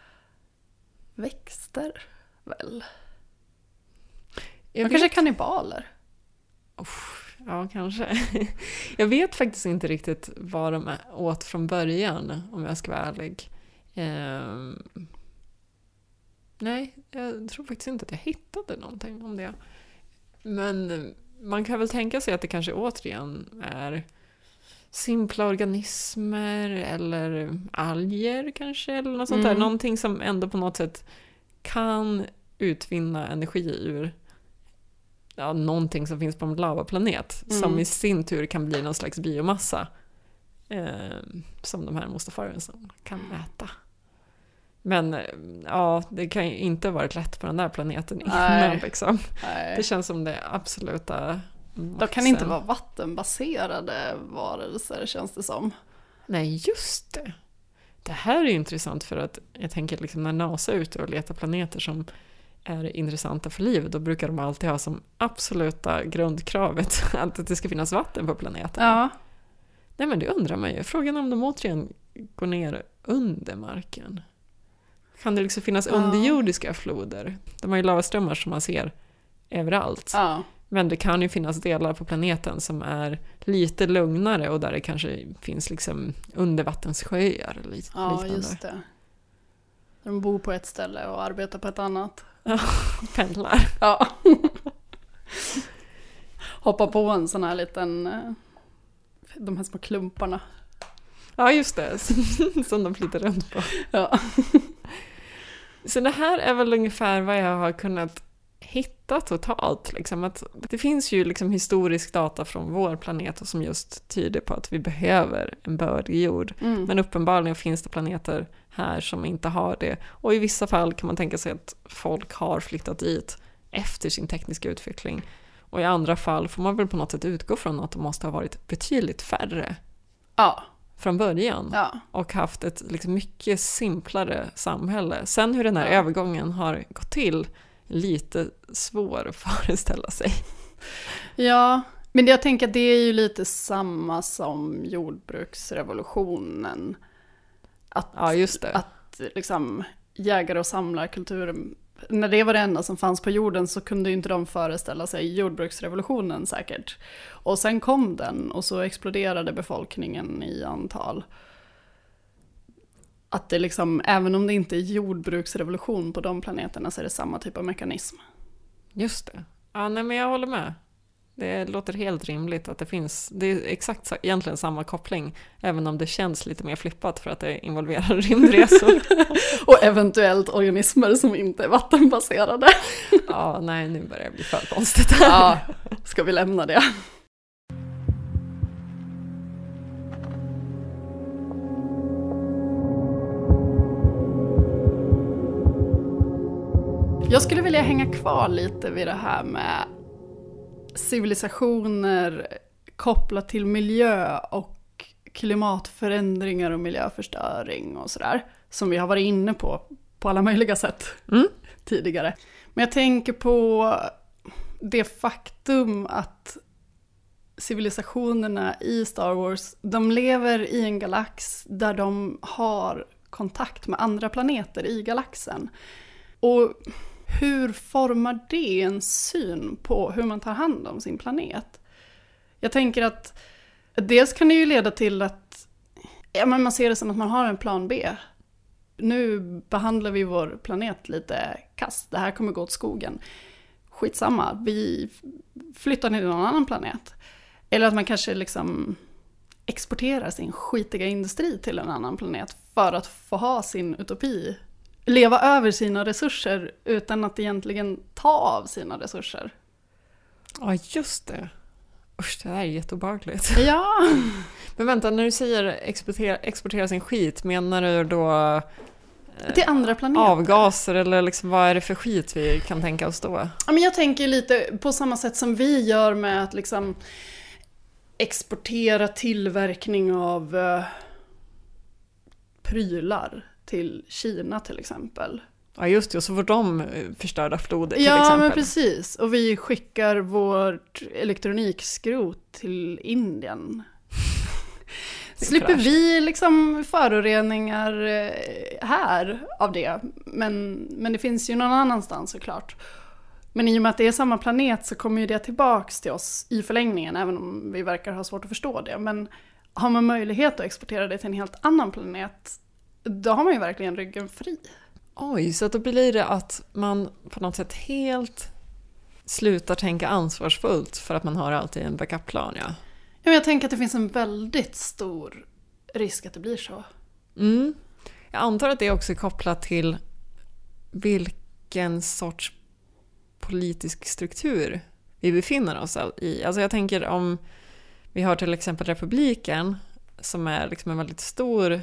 växter, väl? De Jag kanske är vet, kannibaler. ja, kanske. Jag vet faktiskt inte riktigt vad de åt från början, om jag ska vara ärlig. Ehm, Nej, jag tror faktiskt inte att jag hittade någonting om det. Men man kan väl tänka sig att det kanske återigen är simpla organismer eller alger kanske, eller något sånt där. Mm. Någonting som ändå på något sätt kan utvinna energi ur ja, någonting som finns på en lavaplanet, Mm. som i sin tur kan bli någon slags biomassa eh, som de här mustafarerna kan äta. Men ja, det kan ju inte ha varit lätt på den där planeten innan liksom. Nej. Det känns som det absoluta De kan inte vara vattenbaserade varelser, känns det som. Nej, just det. Det här är ju intressant för att jag tänker liksom när NASA är ute och letar planeter som är intressanta för liv, då brukar de alltid ha som absoluta grundkravet att det ska finnas vatten på planeten. Ja. Nej, men det undrar man ju. Frågan om de återigen går ner under marken. Kan det liksom finnas Ja. underjordiska floder? De har ju lavaströmmar som man ser överallt. Ja. Men det kan ju finnas delar på planeten som är lite lugnare och där det kanske finns liksom undervattenssjöar eller lik- Ja, liknande. just det. De bor på ett ställe och arbetar på ett annat. Ja, pendlar. Ja. Hoppa på en sån här liten, eh, de här små klumparna. Ja, just det. Som de flyttar runt på. Ja. Så det här är väl ungefär vad jag har kunnat hitta totalt. Liksom. Att det finns ju liksom historisk data från vår planet och som just tyder på att vi behöver en bördig jord. Mm. Men uppenbarligen finns det planeter här som inte har det. Och i vissa fall kan man tänka sig att folk har flyttat dit efter sin tekniska utveckling. Och i andra fall får man väl på något sätt utgå från att de måste ha varit betydligt färre Ja. från början. Ja. Och haft ett liksom mycket simplare samhälle. Sen hur den här Ja. övergången har gått till, lite svår att föreställa sig. Ja, men jag tänker att det är ju lite samma som jordbruksrevolutionen. Att, Ja, just det. att liksom jägare- och samlarkulturen, när det var det enda som fanns på jorden så kunde ju inte de föreställa sig jordbruksrevolutionen säkert. Och sen kom den och så exploderade befolkningen i antal. Att det liksom, även om det inte är jordbruksrevolution på de planeterna så är det samma typ av mekanism. Just det. Ja, nej, men jag håller med. Det låter helt rimligt att det finns, det är exakt sa- egentligen samma koppling, även om det känns lite mer flippat för att det involverar rymdresor. Och eventuellt organismer som inte är vattenbaserade. Ja, nej, nu börjar det bli för konstigt här. Ja, ska vi lämna det? Jag skulle vilja hänga kvar lite vid det här med civilisationer kopplat till miljö och klimatförändringar och miljöförstöring och sådär. Som vi har varit inne på på alla möjliga sätt Mm. tidigare. Men jag tänker på det faktum att civilisationerna i Star Wars, de lever i en galax där de har kontakt med andra planeter i galaxen. Och hur formar det en syn på hur man tar hand om sin planet? Jag tänker att dels kan det ju leda till att ja, men man ser det som att man har en plan B. Nu behandlar vi vår planet lite kast. Det här kommer gå åt skogen. Skitsamma, vi flyttar till någon annan planet. Eller att man kanske liksom exporterar sin skitiga industri till en annan planet för att få ha sin utopi. Leva över sina resurser utan att egentligen ta av sina resurser. Ja, just det. Usch, det här är jätteobehagligt. Ja. Men vänta, när du säger exportera, exportera sin skit, menar du då Till andra planeter. avgaser eller liksom, vad är det för skit vi kan tänka oss då? Ja, men jag tänker lite på samma sätt som vi gör med att liksom exportera tillverkning av uh, prylar till Kina till exempel. Ja, just det, och så får de förstörda floder till Ja, exempel. men precis. Och vi skickar vårt elektronikskrot till Indien. Slipper vi liksom föroreningar här av det. Men, men det finns ju någon annanstans såklart. Men i och med att det är samma planet så kommer ju det tillbaks till oss i förlängningen. Även om vi verkar ha svårt att förstå det. Men har man möjlighet att exportera det till en helt annan planet, då har man ju verkligen ryggen fri. Oj, så då blir det att man på något sätt helt slutar tänka ansvarsfullt för att man har alltid en backup-plan, ja. Ja, men jag tänker att det finns en väldigt stor risk att det blir så. Mm. Jag antar att det också är kopplat till vilken sorts politisk struktur vi befinner oss i. Alltså jag tänker om vi har till exempel republiken som är liksom en väldigt stor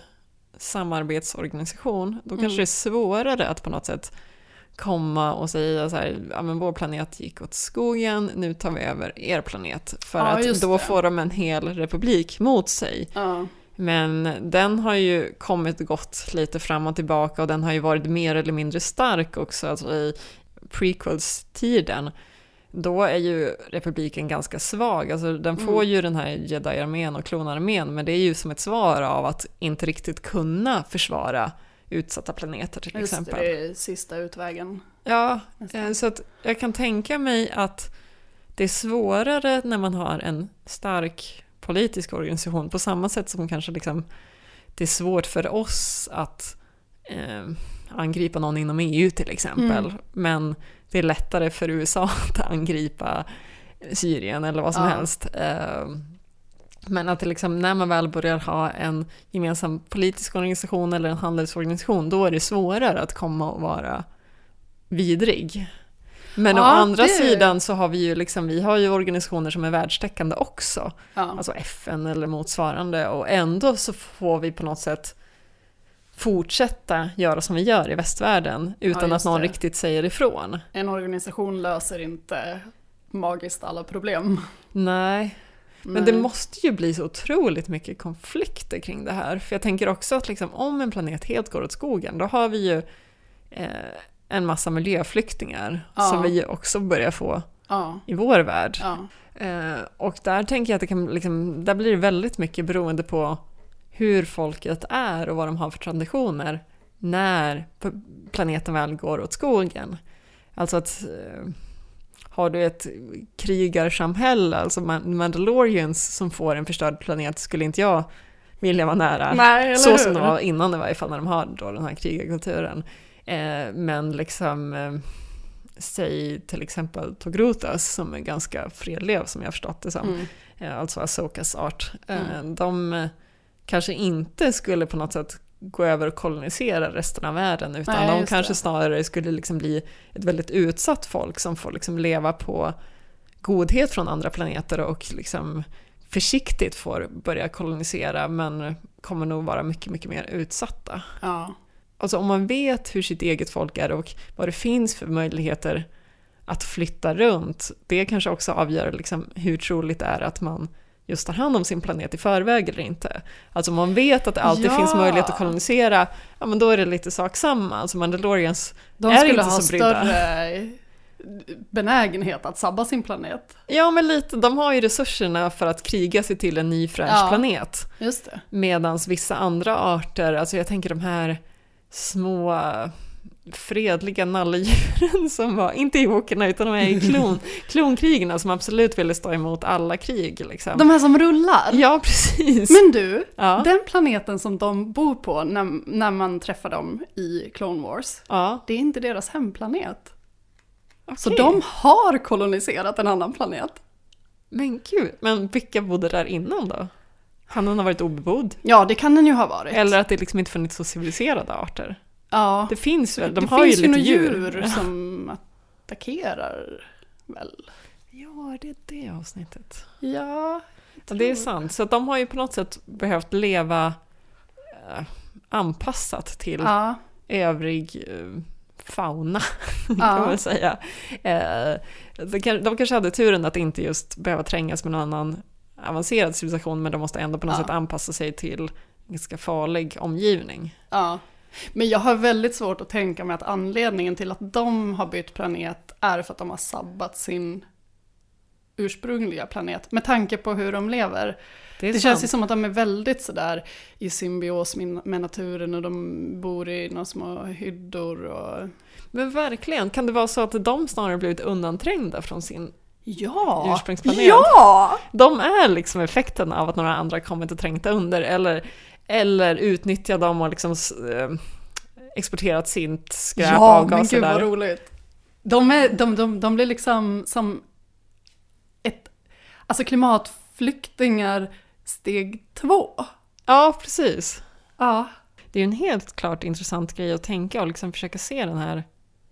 samarbetsorganisation, då kanske mm. det är svårare att på något sätt komma och säga så här, ja men vår planet gick åt skogen, nu tar vi över er planet. För ja, att då det. får de en hel republik mot sig. Ja. Men den har ju kommit och gått lite fram och tillbaka och den har ju varit mer eller mindre stark också, alltså i prequels-tiden. Då är ju republiken ganska svag. Alltså den får mm. ju den här Jedi-armén och klonarmén, men det är ju som ett svar av att inte riktigt kunna försvara utsatta planeter till Just exempel. Det är sista utvägen. Ja, Nästan. Så att jag kan tänka mig att det är svårare när man har en stark politisk organisation på samma sätt som kanske liksom det är svårt för oss att eh, angripa någon inom E U till exempel. Mm. Men det är lättare för U S A att angripa Syrien eller vad som ja. helst. Eh, men att det liksom, när man väl börjar ha en gemensam politisk organisation eller en handelsorganisation, då är det svårare att komma och vara vidrig. Men ja, å andra det... sidan så har vi ju liksom, vi har ju organisationer som är världstäckande också. Ja. Alltså F N eller motsvarande. Och ändå så får vi på något sätt fortsätta göra som vi gör i västvärlden utan ja, att någon det. riktigt säger ifrån. En organisation löser inte magiskt alla problem. Nej. Men Nej. det måste ju bli så otroligt mycket konflikter kring det här. För jag tänker också att liksom, om en planet helt går åt skogen, då har vi ju eh, en massa miljöflyktingar ja. som vi också börjar få ja. i vår värld. Ja. Eh, och där tänker jag att det kan, liksom, där blir det väldigt mycket beroende på hur folket är och vad de har för traditioner när planeten väl går åt skogen. Alltså att eh, har du ett krigarsamhälle, alltså Mandalorians som får en förstörd planet, skulle inte jag vilja vara nära. Nej, så som det var innan i varje fall när de har då den här krigarkulturen. Eh, men liksom eh, säg till exempel Togrutas som är ganska fredliga som jag har förstått det som. Mm. Eh, alltså Ahsokas art. Eh, mm. De eh, kanske inte skulle på något sätt gå över och kolonisera resten av världen, utan Nej, de kanske det. snarare skulle liksom bli ett väldigt utsatt folk som får liksom leva på godhet från andra planeter och liksom försiktigt får börja kolonisera, men kommer nog vara mycket, mycket mer utsatta. Ja. Alltså om man vet hur sitt eget folk är och vad det finns för möjligheter att flytta runt, det kanske också avgör liksom hur troligt det är att man just tar hand om sin planet i förväg eller inte. Alltså om man vet att det alltid ja. finns möjlighet att kolonisera, ja men då är det lite sak samma. Alltså Mandalorians De är inte ha så brydda. större benägenhet att sabba sin planet. Ja men lite, de har ju resurserna för att kriga sig till en ny fräsch ja, planet. Just det. Medans vissa andra arter, alltså jag tänker de här små fredliga nalledjuren som var, inte i åkerna utan de här i klon, klonkrigerna som absolut ville stå emot alla krig. Liksom. De här som rullar? Ja, precis. Men du, ja. den planeten som de bor på när, när man träffar dem i Clone Wars, ja. det är inte deras hemplanet. Okay. Så de har koloniserat en annan planet. Men gud, men vilka bodde där innan då? Han har varit obebodd. Ja, det kan den ju ha varit. Eller att det liksom inte funnits så civiliserade arter. Ja, det finns väl, de det har finns ju lite djur, djur som attackerar väl. Ja, det är det avsnittet. Ja, ja det är sant. Så att de har ju på något sätt behövt leva eh, anpassat till ja. övrig eh, fauna, ja. kan man säga. Eh, de, de kanske hade turen att inte just behöva trängas med någon annan avancerad civilisation, men de måste ändå på något ja. sätt anpassa sig till en ganska farlig omgivning. Ja. Men jag har väldigt svårt att tänka mig att anledningen till att de har bytt planet är för att de har sabbat sin ursprungliga planet. Med tanke på hur de lever. Det, det känns ju som att de är väldigt sådär i symbios med naturen och de bor i några små hyddor. Och... Men verkligen, kan det vara så att de snarare blivit undanträngda från sin ja. ursprungsplanet? Ja! De är liksom effekten av att några andra kommit och trängt under eller... Eller utnyttja dem och liksom, exporterat sitt skräp, ja, avgaser men gud där. vad roligt. De, är, de, de, de blir liksom som ett, alltså klimatflyktingar steg två. Ja, precis. Ja. Det är ju en helt klart intressant grej att tänka och liksom försöka se den här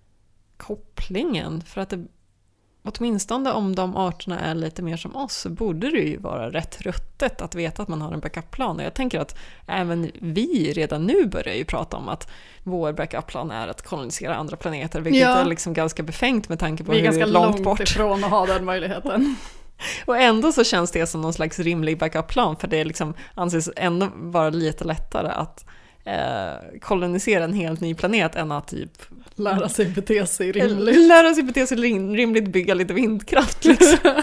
kopplingen. För att det, åtminstone om de arterna är lite mer som oss, så borde det ju vara rätt ruttet att veta att man har en backup-plan. Och jag tänker att även vi redan nu börjar ju prata om att vår backup-plan är att kolonisera andra planeter, vilket Ja. är liksom ganska befängt med tanke på Vi är hur ganska långt, långt bort. ifrån att ha den möjligheten. Och ändå så känns det som någon slags rimlig backup-plan, för det liksom anses ändå vara lite lättare att eh, kolonisera en helt ny planet än att typ Lära sig bete sig rimligt. lära sig bete sig rim- rimligt, bygga lite vindkraft liksom.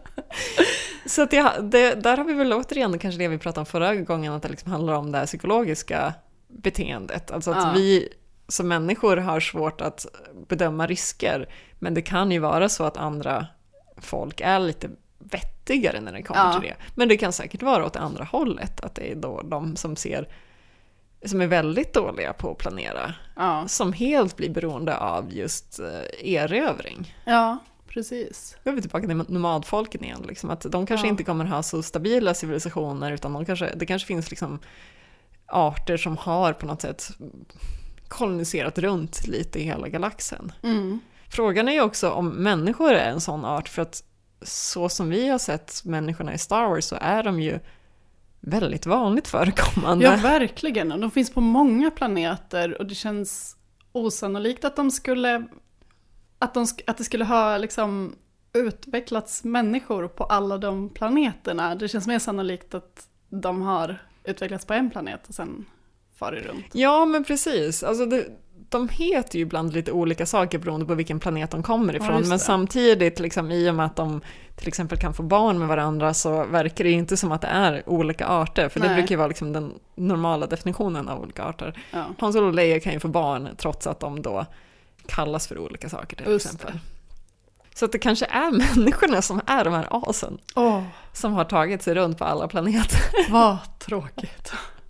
Så att det, det, där har vi väl återigen kanske det vi pratade om förra gången, att det liksom handlar om det här psykologiska beteendet. Alltså att Ja. vi som människor har svårt att bedöma risker, men det kan ju vara så att andra folk är lite vettigare när det kommer Ja. till det. Men det kan säkert vara åt det andra hållet, att det är då de som ser som är väldigt dåliga på att planera, Ja, som helt blir beroende av just eh, erövring. ja precis. Nu är vi tillbaka till nomadfolken igen, liksom, att de kanske Ja. inte kommer ha så stabila civilisationer, utan de kanske, det kanske finns liksom arter som har på något sätt koloniserat runt lite i hela galaxen. Mm. Frågan är ju också om människor är en sån art, för att så som vi har sett människorna i Star Wars så är de ju väldigt vanligt förekommande. Ja, verkligen. Och de finns på många planeter och det känns osannolikt att de skulle att, de, sk- att det skulle ha liksom utvecklats människor på alla de planeterna. Det känns mer sannolikt att de har utvecklats på en planet och sen farit runt. Ja, men precis. Alltså det, de heter ju ibland lite olika saker beroende på vilken planet de kommer ifrån. Ja, just men det. samtidigt, liksom, i och med att de till exempel kan få barn med varandra, så verkar det ju inte som att det är olika arter. För det Nej. brukar ju vara liksom den normala definitionen av olika arter. Ja. Han Solo och Leia kan ju få barn trots att de då kallas för olika saker till Just exempel. Så att det kanske är människorna som är de här asen Åh, som har tagit sig runt på alla planeter. vad tråkigt.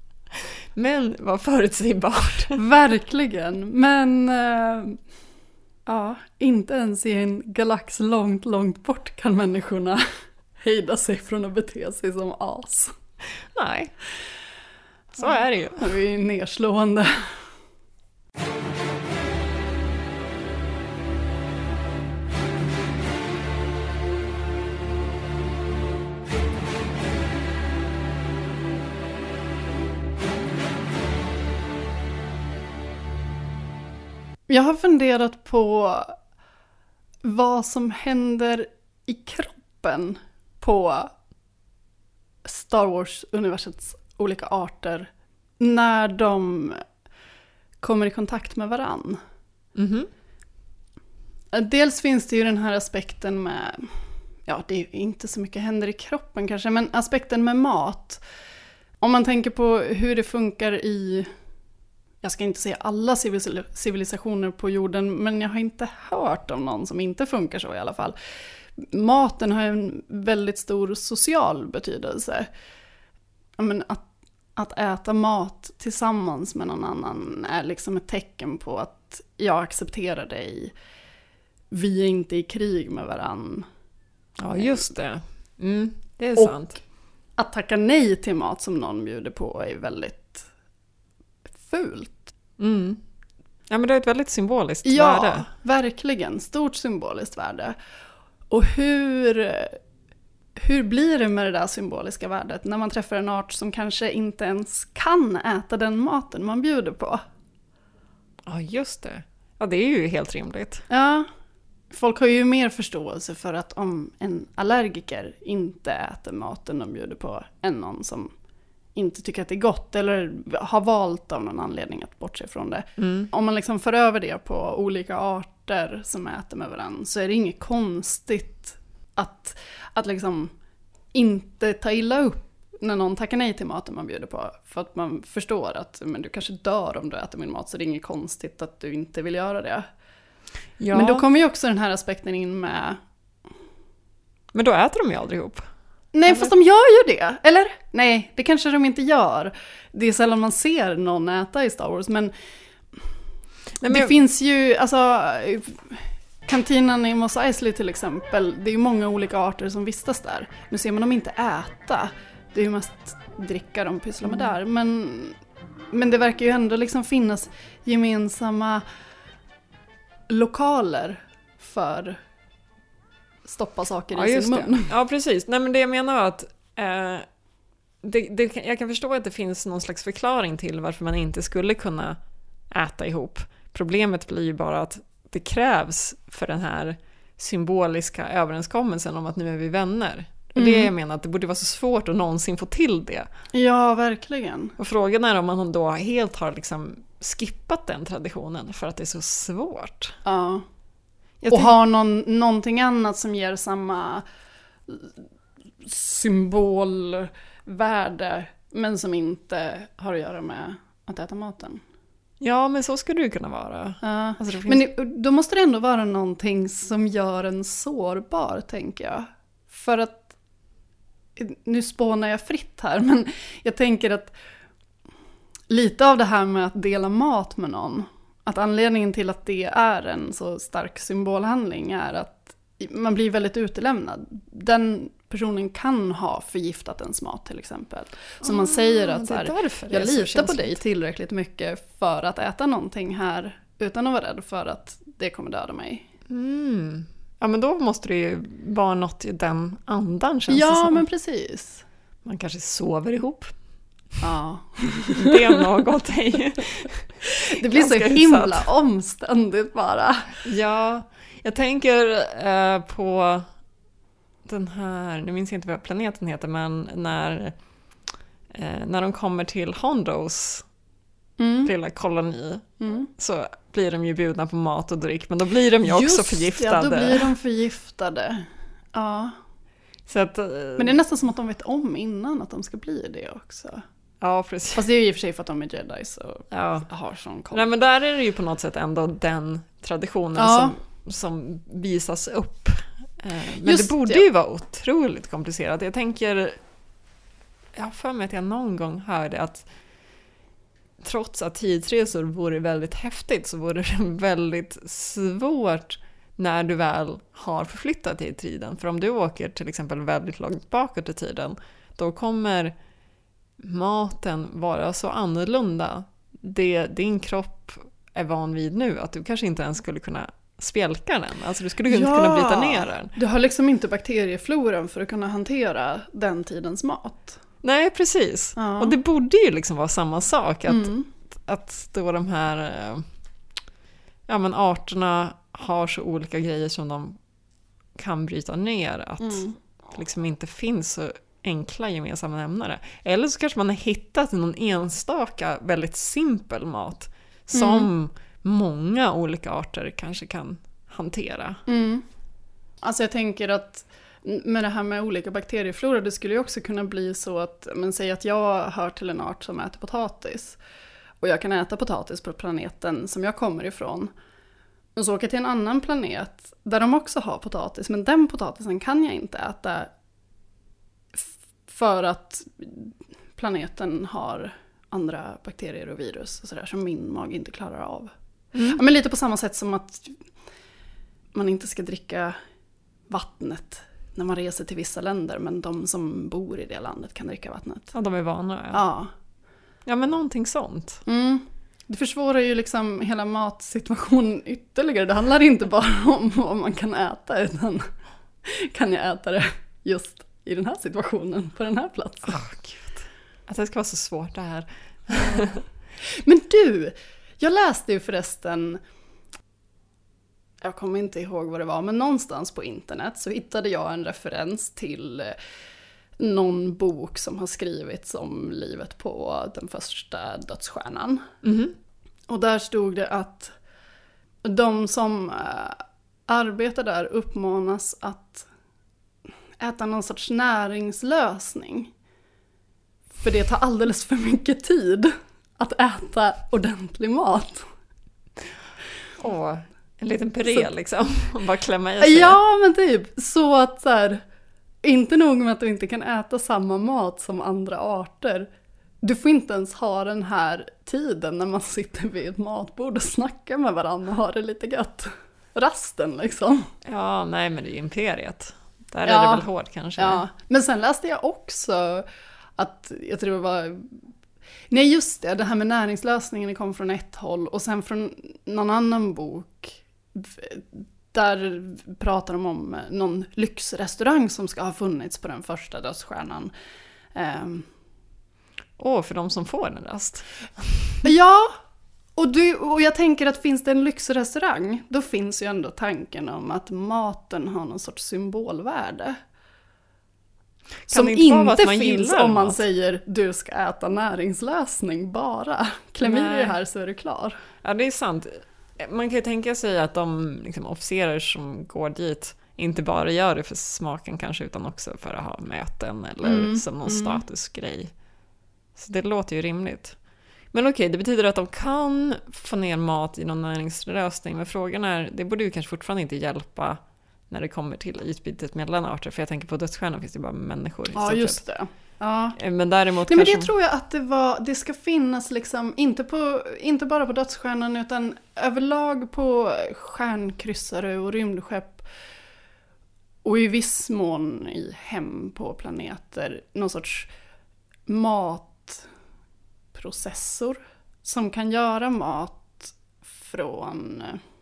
Men vad förutsägbart. Verkligen. Men eh, ja, inte ens i en galax långt, långt bort kan människorna hejda sig från att bete sig som as. Nej, så är det ju. Det är nedslående. Jag har funderat på vad som händer i kroppen på Star Wars-universets olika arter när de kommer i kontakt med varann. Mhm. Dels finns det ju den här aspekten med, ja det är inte så mycket händer i kroppen kanske, men aspekten med mat. Om man tänker på hur det funkar i, jag ska inte säga alla civil- civilisationer på jorden, men jag har inte hört om någon som inte funkar så i alla fall. Maten har en väldigt stor social betydelse. Ja, men att, att äta mat tillsammans med någon annan är liksom ett tecken på att jag accepterar dig. Vi är inte i krig med varann. Ja, just det. Mm, det är Och- sant. Att tacka nej till mat som någon bjuder på är väldigt fult. Mm. Ja, men det är ett väldigt symboliskt Ja, värde. verkligen. Stort symboliskt värde. Och hur, hur blir det med det där symboliska värdet när man träffar en art som kanske inte ens kan äta den maten man bjuder på? Ja, just det. Ja, det är ju helt rimligt. Ja, folk har ju mer förståelse för att om en allergiker inte äter maten de bjuder på än någon som inte tycker att det är gott eller har valt av någon anledning att bortse från det. Mm. Om man liksom för över det på olika arter som äter med varandra så är det inget konstigt att, att liksom inte ta illa upp när någon tackar nej till maten man bjuder på. För att man förstår att men du kanske dör om du äter min mat, så det är inget konstigt att du inte vill göra det. Ja. Men då kommer ju också den här aspekten in med... Men då äter de ju aldrig ihop. Nej, Eller? fast de gör ju det. Eller? Nej, det kanske de inte gör. Det är sällan man ser någon äta i Star Wars, men men det jag... finns ju, alltså kantinen i Mos Eisley till exempel, det är ju många olika arter som vistas där. Nu ser man dem inte äta, det är ju mest dricka de pysslar med där. Men, men det verkar ju ändå liksom finnas gemensamma lokaler för stoppa saker ja, i just sin det. mun. Ja, precis. Nej, men det jag menar var att eh, det, det, jag kan förstå att det finns någon slags förklaring till varför man inte skulle kunna äta ihop. Problemet blir ju bara att det krävs för den här symboliska överenskommelsen om att nu är vi vänner. Och Mm. det jag menar att det borde vara så svårt att någonsin få till det. Ja, verkligen. Och frågan är om man då helt har liksom skippat den traditionen för att det är så svårt. Ja. Jag Och tänk- har någon, någonting annat som ger samma symbolvärde men som inte har att göra med att äta maten. Ja, men så skulle det ju kunna vara. Ja. Alltså, det finns... Men det, då måste det ändå vara någonting som gör en sårbar, tänker jag. För att, nu spånar jag fritt här, men jag tänker att lite av det här med att dela mat med någon, att anledningen till att det är en så stark symbolhandling är att man blir väldigt utelämnad. Den personen kan ha förgiftat ens mat till exempel. Så ah, man säger att så här, jag jag litar på dig tillräckligt mycket för att äta någonting här utan att vara rädd för att det kommer döda mig. Mm. Ja, men då måste det ju vara något i den andan, känns det Ja, som. men precis. Man kanske sover ihop. Ja. Det är något ej. Det blir så Ganska himla hyfsat. omständigt bara. Ja, jag tänker eh, på den här, nu minns jag inte vad planeten heter, men när, eh, när de kommer till Hondos Mm. lilla koloni Mm. så blir de ju bjudna på mat och dryck, men då blir de ju också Just, förgiftade. ja, då blir de förgiftade. Ja. Så att, eh, Men det är nästan som att de vet om innan att de ska bli det också. ja, precis. Fast det är ju i och för sig för att de är jedis och Ja. har sån koll. Nej, men där är det ju på något sätt ändå den traditionen Ja. som, som visas upp. Eh, Men Just det borde det. ju vara otroligt komplicerat. Jag tänker, jag har för mig att jag någon gång hörde att trots att tidsresor vore väldigt häftigt så vore det väldigt svårt när du väl har förflyttat dig i tiden. För om du åker till exempel väldigt långt bakåt i tiden, då kommer maten vara så annorlunda. Det din kropp är van vid nu, att du kanske inte ens skulle kunna spjälka den. Alltså du skulle inte Ja. kunna bryta ner den. Du har liksom inte bakteriefloran för att kunna hantera den tidens mat. Nej, precis. Ja. Och det borde ju liksom vara samma sak. Att, Mm. att då de här eh, ja, men arterna har så olika grejer som de kan bryta ner. Att Mm. det liksom inte finns så enkla gemensamma nämnare. Eller så kanske man har hittat någon enstaka väldigt simpel mat som Mm. många olika arter kanske kan hantera. Mm. Alltså jag tänker att med det här med olika bakterieflora, det skulle ju också kunna bli så att, men säg att jag hör till en art som äter potatis och jag kan äta potatis på planeten som jag kommer ifrån. Och så åker jag till en annan planet där de också har potatis, men den potatisen kan jag inte äta f- för att planeten har andra bakterier och virus och sådär som min mage inte klarar av. Mm. Ja, men lite på samma sätt som att man inte ska dricka vattnet när man reser till vissa länder, men de som bor i det landet kan dricka vattnet. Ja, de är vana. Ja, Ja. ja men någonting sånt. Mm. Det försvårar ju liksom hela matsituationen ytterligare. Det handlar inte bara om vad man kan äta, utan kan jag äta det just i den här situationen, på den här platsen. Oh, Gud. Att det ska vara så svårt det här. Men du, jag läste ju förresten, jag kommer inte ihåg vad det var, men någonstans på internet så hittade jag en referens till någon bok som har skrivits om livet på den första dödsstjärnan. Mhm. Och där stod det att de som äh, arbetar där uppmanas att äta någon sorts näringslösning. För det tar alldeles för mycket tid att äta ordentlig mat. Åh, en liten puré Så- liksom. Och bara klämma i sig. Ja, men typ så att så här, inte nog med att du inte kan äta samma mat som andra arter. Du får inte ens ha den här tiden när man sitter vid ett matbord och snackar med varandra och har det lite gött. Rasten liksom. Ja, nej men det är ju imperiet. Där ja, är det väl hårt kanske. Ja, men sen läste jag också att, jag tror det var, nej just det, det här med näringslösningen, det kom från ett håll och sen från någon annan bok, där pratar de om någon lyxrestaurang som ska ha funnits på den första dödsstjärnan. Um, Åh, oh, för de som får en rast. Ja, och, du, och jag tänker att finns det en lyxrestaurang, då finns ju ändå tanken om att maten har någon sorts symbolvärde. Kan som inte finns om man mat? Säger du ska äta näringslösning bara. Kläm i det här så är du klar. Ja, det är sant. Man kan ju tänka sig att de liksom, officerer som går dit inte bara gör det för smaken kanske, utan också för att ha möten eller mm, som någon mm. statusgrej. Så det låter ju rimligt. Men okej, det betyder att de kan få ner mat i någon näringslösning. Men frågan är, det borde ju kanske fortfarande inte hjälpa när det kommer till utbytet mellan arter. För jag tänker på dödsstjärnan finns det bara människor. Ja, just det. Ja. Men däremot Nej, kanske... men det tror jag att det var, det ska finnas liksom, inte, på, inte bara på dödsstjärnan utan överlag på stjärnkryssare och rymdskepp. Och i viss mån i hem på planeter. Någon sorts matprocessor som kan göra mat från,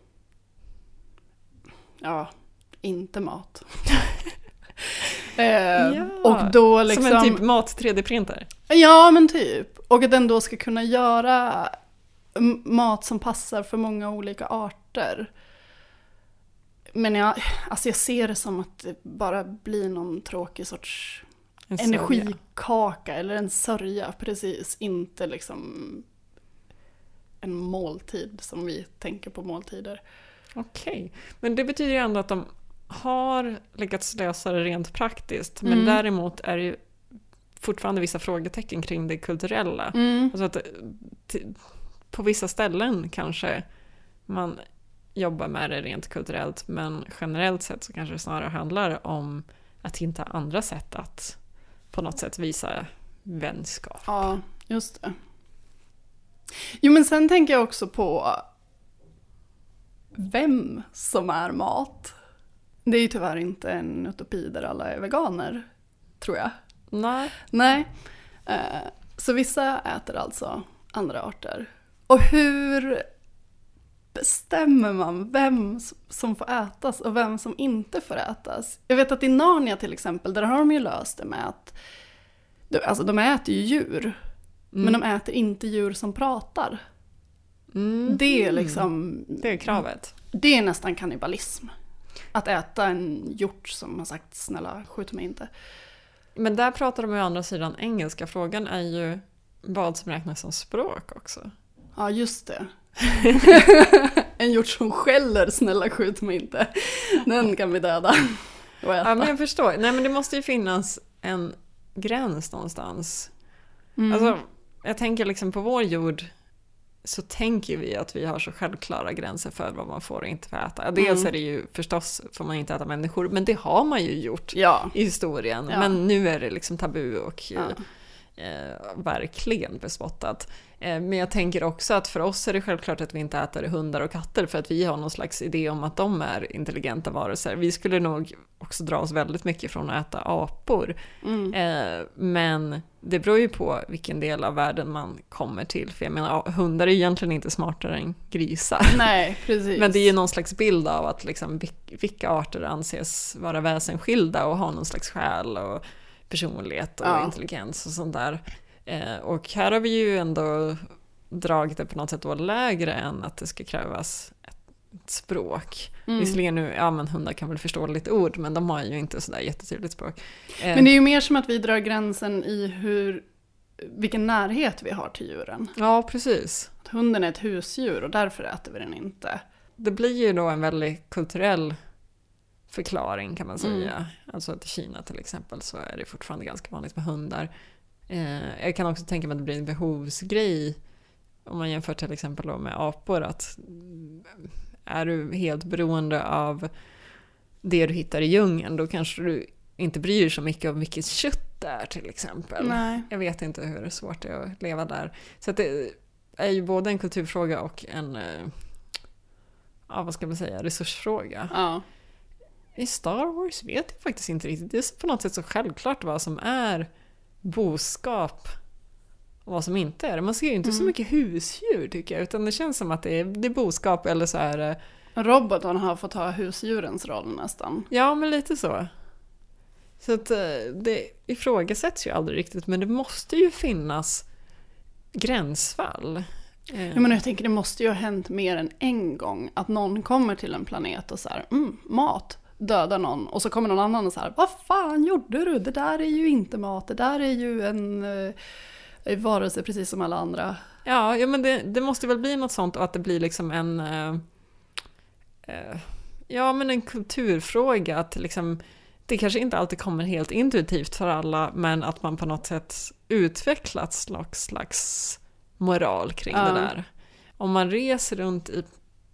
ja, inte mat. eh, ja, och då liksom, som en typ mat tre D-printer. Ja, men typ. Och att den då ska kunna göra mat som passar för många olika arter. Men jag, alltså jag ser det som att det bara blir någon tråkig sorts en energikaka eller en sörja, precis. Inte liksom en måltid som vi tänker på måltider. Okej, men det betyder ju ändå att de har lyckats lösa det rent praktiskt. Men Mm. däremot är det ju fortfarande vissa frågetecken kring det kulturella. Mm. Alltså att t- på vissa ställen kanske man jobbar med det rent kulturellt, men generellt sett så kanske det snarare handlar om att hitta andra sätt att på något sätt visa vänskap. Ja, just det. Jo, men sen tänker jag också på vem som är mat. Det är ju tyvärr inte en utopi där alla är veganer, tror jag. Nej. Nej. Så vissa äter alltså andra arter. Och hur bestämmer man vem som får ätas och vem som inte får ätas? Jag vet att i Narnia till exempel, där har de ju löst det med att alltså de äter ju djur, mm. men de äter inte djur som pratar. Mm. Det är liksom... Det är kravet. Det är nästan kannibalism. Att äta en hjort som har sagt snälla, skjut mig inte. Men där pratar de ju å andra sidan engelska. Frågan är ju vad som räknas som språk också. Ja, just det. En hjort som skäller, snälla skjut mig inte. Den kan vi döda och äta. Ja, men jag förstår. Nej, men det måste ju finnas en gräns någonstans. Mm. Alltså, jag tänker liksom på vår jord så tänker vi att vi har så självklara gränser för vad man får och inte får äta. Dels mm. är det ju förstås får man inte äta människor, men det har man ju gjort ja. i historien. Ja. Men nu är det liksom tabu och ja. eh, verkligen bespottat. Eh, men jag tänker också att för oss är det självklart att vi inte äter hundar och katter för att vi har någon slags idé om att de är intelligenta varelser. Vi skulle nog också dra oss väldigt mycket från att äta apor. Mm. Eh, men det beror ju på vilken del av världen man kommer till. För jag menar, hundar är egentligen inte smartare än grisar. Nej, precis. Men det är ju någon slags bild av att liksom, vilka arter anses vara väsensskilda och ha någon slags själ och personlighet och ja. intelligens och sånt där. Eh, och här har vi ju ändå dragit det på något sätt då lägre än att det ska krävas ett, ett språk. Mm. Visserligen nu, ja men hundar kan väl förstå lite ord, men de har ju inte sådär jättetydligt språk. Eh, men det är ju mer som att vi drar gränsen i hur, vilken närhet vi har till djuren. Ja, precis. Att hunden är ett husdjur och därför äter vi den inte. Det blir ju då en väldigt kulturell förklaring kan man säga. Mm. Alltså att i Kina till exempel så är det fortfarande ganska vanligt med hundar. Eh, jag kan också tänka mig att det blir en behovsgrej om man jämför till exempel då med apor, att är du helt beroende av det du hittar i djungeln, då kanske du inte bryr dig så mycket om vilket kött där till exempel. Nej. Jag vet inte hur svårt det är att leva där. Så att det är ju både en kulturfråga och en, ja, vad ska man säga, resursfråga. Ja. I Star Wars vet jag faktiskt inte riktigt. Det är på något sätt så självklart vad som är boskap och vad som inte är det. Man ser ju inte mm. så mycket husdjur tycker jag, utan det känns som att det är, det är boskap eller så är det... Roboten har fått ha husdjurens roll nästan. Ja, men lite så. Så att det ifrågasätts ju aldrig riktigt, men det måste ju finnas gränsfall. Ja, men jag tänker det måste ju ha hänt mer än en gång att någon kommer till en planet och så här, mm, mat, dödar någon, och så kommer någon annan och så här, vad fan gjorde du? Det där är ju inte mat, det där är ju en eh, varelse precis som alla andra. Ja, ja men det, det måste väl bli något sånt, och att det blir liksom en eh, eh, ja men en kulturfråga, att liksom det kanske inte alltid kommer helt intuitivt för alla, men att man på något sätt utvecklat slags, slags moral kring ja. det där. Om man reser runt i,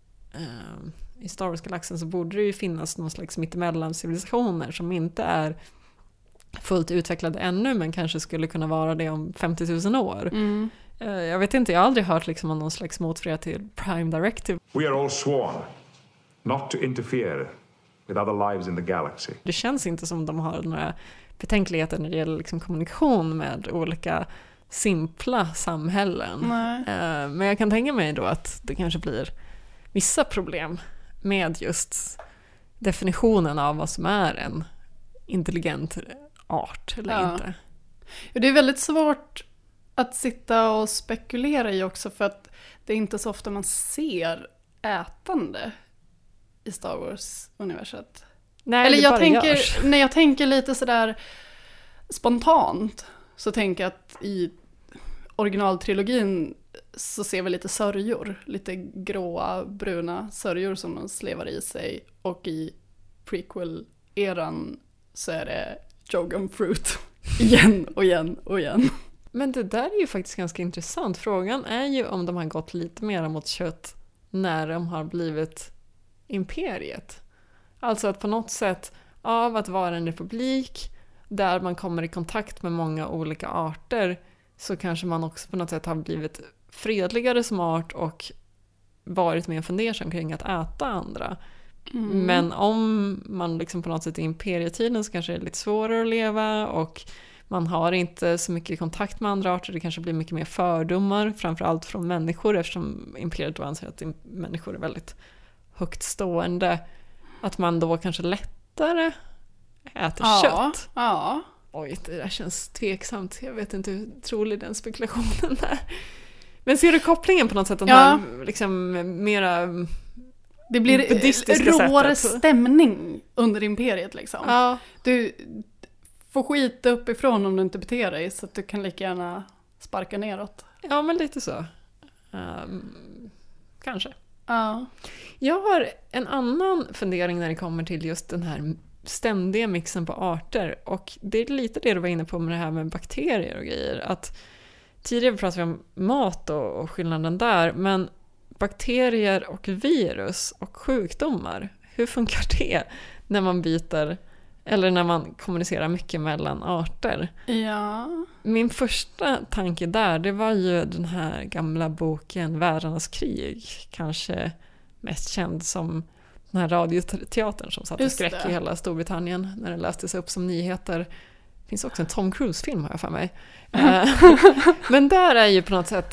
uh, i Star Wars-galaxen så borde det ju finnas någon slags mittemellan civilisationer som inte är fullt utvecklade ännu, men kanske skulle kunna vara det om femtio tusen år. Mm. Uh, jag vet inte, jag har aldrig hört liksom om någon slags motfria till Prime Directive. We are all sworn not to interfere with other lives in the galaxy. Det känns inte som de har några betänkligheter när det gäller liksom kommunikation med olika simpla samhällen. Nej. Men jag kan tänka mig då att det kanske blir vissa problem med just definitionen av vad som är en intelligent art eller ja. inte. Det är väldigt svårt att sitta och spekulera i också, för att det är inte så ofta man ser ätande i Star Wars-universet. Nej, eller det jag bara tänker, görs. när jag tänker lite sådär spontant, så tänker jag att i originaltrilogin så ser vi lite sörjor, lite gråa, bruna sörjor som de slevar i sig, och i prequel-eran så är det Jogan Fruit igen och igen och igen. Men det där är ju faktiskt ganska intressant. Frågan är ju om de har gått lite mer mot kött när de har blivit imperiet. Alltså att på något sätt av att vara en republik där man kommer i kontakt med många olika arter, så kanske man också på något sätt har blivit fredligare som art och varit mer fundersam kring att äta andra. Mm. Men om man liksom på något sätt i imperietiden så kanske det är lite svårare att leva, och man har inte så mycket kontakt med andra arter. Det kanske blir mycket mer fördomar, framförallt från människor, eftersom imperiet då anser att människor är väldigt högt stående. Att man då kanske lättare äter ja, kött. Ja. Oj, det där känns tveksamt. Jag vet inte hur trolig den spekulationen är. Men ser du kopplingen på något sätt? Den ja. här liksom mera... Det blir råare stämning under imperiet liksom. Ja. Du får skit uppifrån om du inte beter dig, så att du kan lika gärna sparka neråt. Ja, men lite så. Um, kanske. Ja. Jag har en annan fundering när det kommer till just den här ständiga mixen på arter, och det är lite det du var inne på med det här med bakterier och grejer, att tidigare pratade vi om mat och, och skillnaden där, men bakterier och virus och sjukdomar, hur funkar det när man byter eller när man kommunicerar mycket mellan arter? Ja. Min första tanke där, det var ju den här gamla boken Världarnas krig, kanske mest känd som den här radioteatern som satte skräck i hela Storbritannien när den lästes upp som nyheter. Det finns också en Tom Cruise-film har jag för mig. Men där är ju på något sätt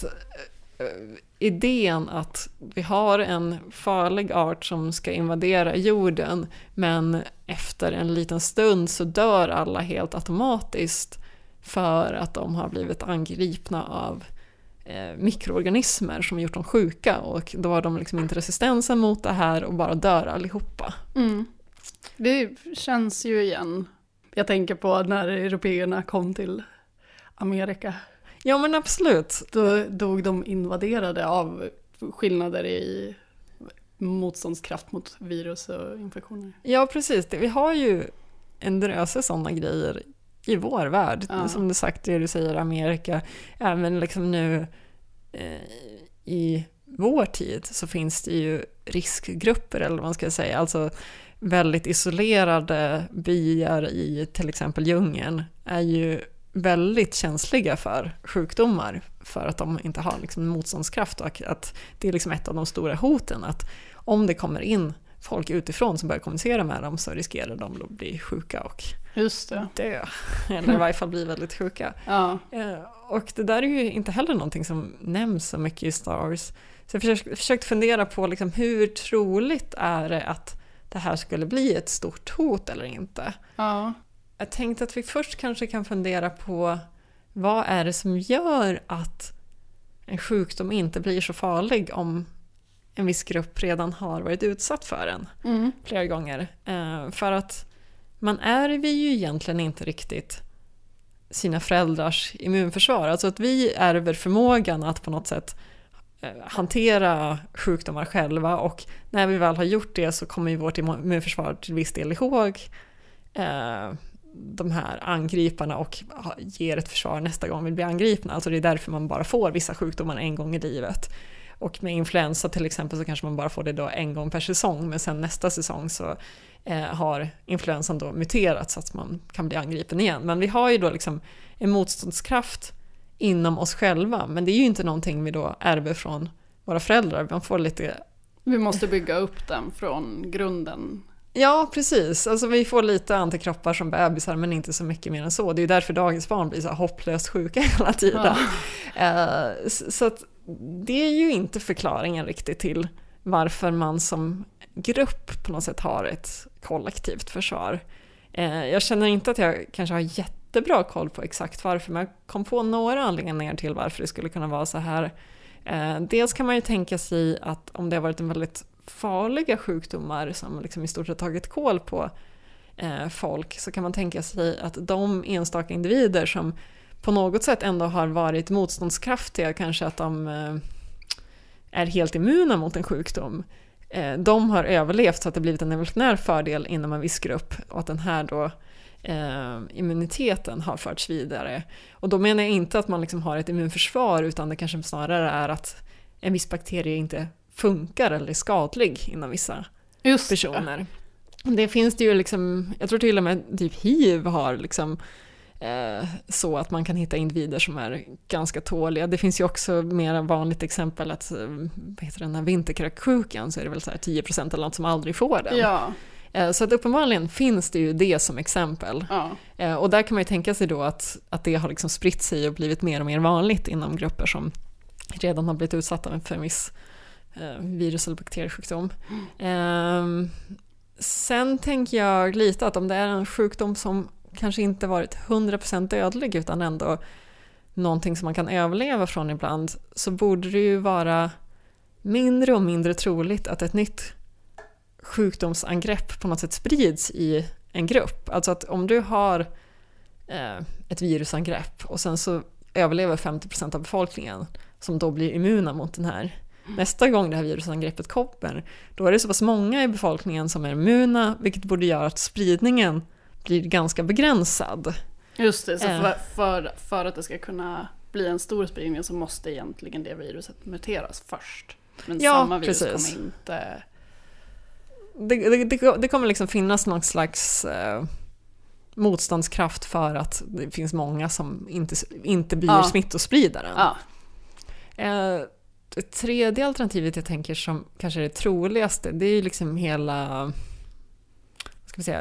idén att vi har en farlig art som ska invadera jorden, men efter en liten stund så dör alla helt automatiskt för att de har blivit angripna av eh, mikroorganismer som gjort dem sjuka, och då har de liksom inte resistensen mot det här och bara dör allihopa. Mm. Det känns ju igen. Jag tänker på när européerna kom till Amerika. Ja, men absolut. Då dog de invaderade av skillnader i motståndskraft mot virus och infektioner. Ja, precis. Vi har ju en dröse sådana grejer i vår värld. Ja. Som du sagt, det du säger, Amerika. Även liksom nu eh, i vår tid så finns det ju riskgrupper eller vad man ska säga, alltså väldigt isolerade byar i till exempel djungeln är ju väldigt känsliga för sjukdomar för att de inte har liksom motståndskraft och att det är liksom ett av de stora hoten att om det kommer in folk utifrån som börjar kommunicera med dem så riskerar de att bli sjuka och Just det. dö, eller i varje fall bli väldigt sjuka. Ja. Och det där är ju inte heller någonting som nämns så mycket i Star Wars. Så jag försökte, försökte fundera på liksom hur troligt är det att det här skulle bli ett stort hot eller inte. Ja. Jag tänkte att vi först kanske kan fundera på vad är det som gör att en sjukdom inte blir så farlig om en viss grupp redan har varit utsatt för den Mm. flera gånger. Eh, för att man ärver ju egentligen inte riktigt sina föräldrars immunförsvar. Alltså att vi ärver förmågan att på något sätt eh, hantera sjukdomar själva och när vi väl har gjort det så kommer ju vårt immunförsvar till viss del ihåg eh, de här angriparna och ger ett försvar nästa gång vi blir angripna. Alltså det är därför man bara får vissa sjukdomar en gång i livet. Och med influensa till exempel så kanske man bara får det då en gång per säsong men sen nästa säsong så eh, har influensan då muterat så att man kan bli angripen igen. Men vi har ju då liksom en motståndskraft inom oss själva men det är ju inte någonting vi då ärver från våra föräldrar. Man får lite... Vi måste bygga upp den från grunden. Ja, precis. Alltså vi får lite antikroppar som bebisar men inte så mycket mer än så. Det är ju därför dagens barn blir så här hopplöst sjuka hela tiden. Ja. Uh, så att det är ju inte förklaringen riktigt till varför man som grupp på något sätt har ett kollektivt försvar. Uh, jag känner inte att jag kanske har jättebra koll på exakt varför men jag kom på några anledningar till varför det skulle kunna vara så här. Uh, dels kan man ju tänka sig att om det har varit en väldigt farliga sjukdomar som liksom i stort sett tagit koll på eh, folk så kan man tänka sig att de enstaka individer som på något sätt ändå har varit motståndskraftiga, kanske att de eh, är helt immuna mot en sjukdom, eh, de har överlevt så att det blivit en evolutionär fördel inom en viss grupp och att den här då eh, immuniteten har förts vidare. Och då menar jag inte att man liksom har ett immunförsvar utan det kanske snarare är att en viss bakterie inte funkar eller är skadlig inom vissa Just personer. Det. det finns det ju liksom, jag tror till och med typ H I V har liksom eh, så att man kan hitta individer som är ganska tåliga. Det finns ju också mer vanligt exempel att vad heter den här vinterkräksjukan så är det väl så här tio procent eller något som aldrig får den. Ja. Eh, så att uppenbarligen finns det ju det som exempel. Ja. Eh, och där kan man ju tänka sig då att, att det har liksom spritt sig och blivit mer och mer vanligt inom grupper som redan har blivit utsatta för en viss virus- eller bakteriesjukdom. Mm. Eh, sen tänker jag lite att om det är en sjukdom som kanske inte varit hundra procent dödlig utan ändå någonting som man kan överleva från ibland så borde det ju vara mindre och mindre troligt att ett nytt sjukdomsangrepp på något sätt sprids i en grupp. Alltså att om du har eh, ett virusangrepp och sen så överlever femtio procent av befolkningen som då blir immuna mot den här. Nästa gång det här virusangreppet kommer, då är det så pass många i befolkningen som är immuna, vilket borde göra att spridningen blir ganska begränsad. Just det, så Eh. för, för, för att det ska kunna bli en stor spridning så måste egentligen det viruset muteras först. Men Ja, samma virus precis. kommer inte... Det, det, det, det kommer liksom finnas någon slags eh, motståndskraft för att det finns många som inte, inte blir Ja. smittospridaren. Ja. Eh, det tredje alternativet jag tänker som kanske är det troligaste, det är ju liksom hela ska vi säga,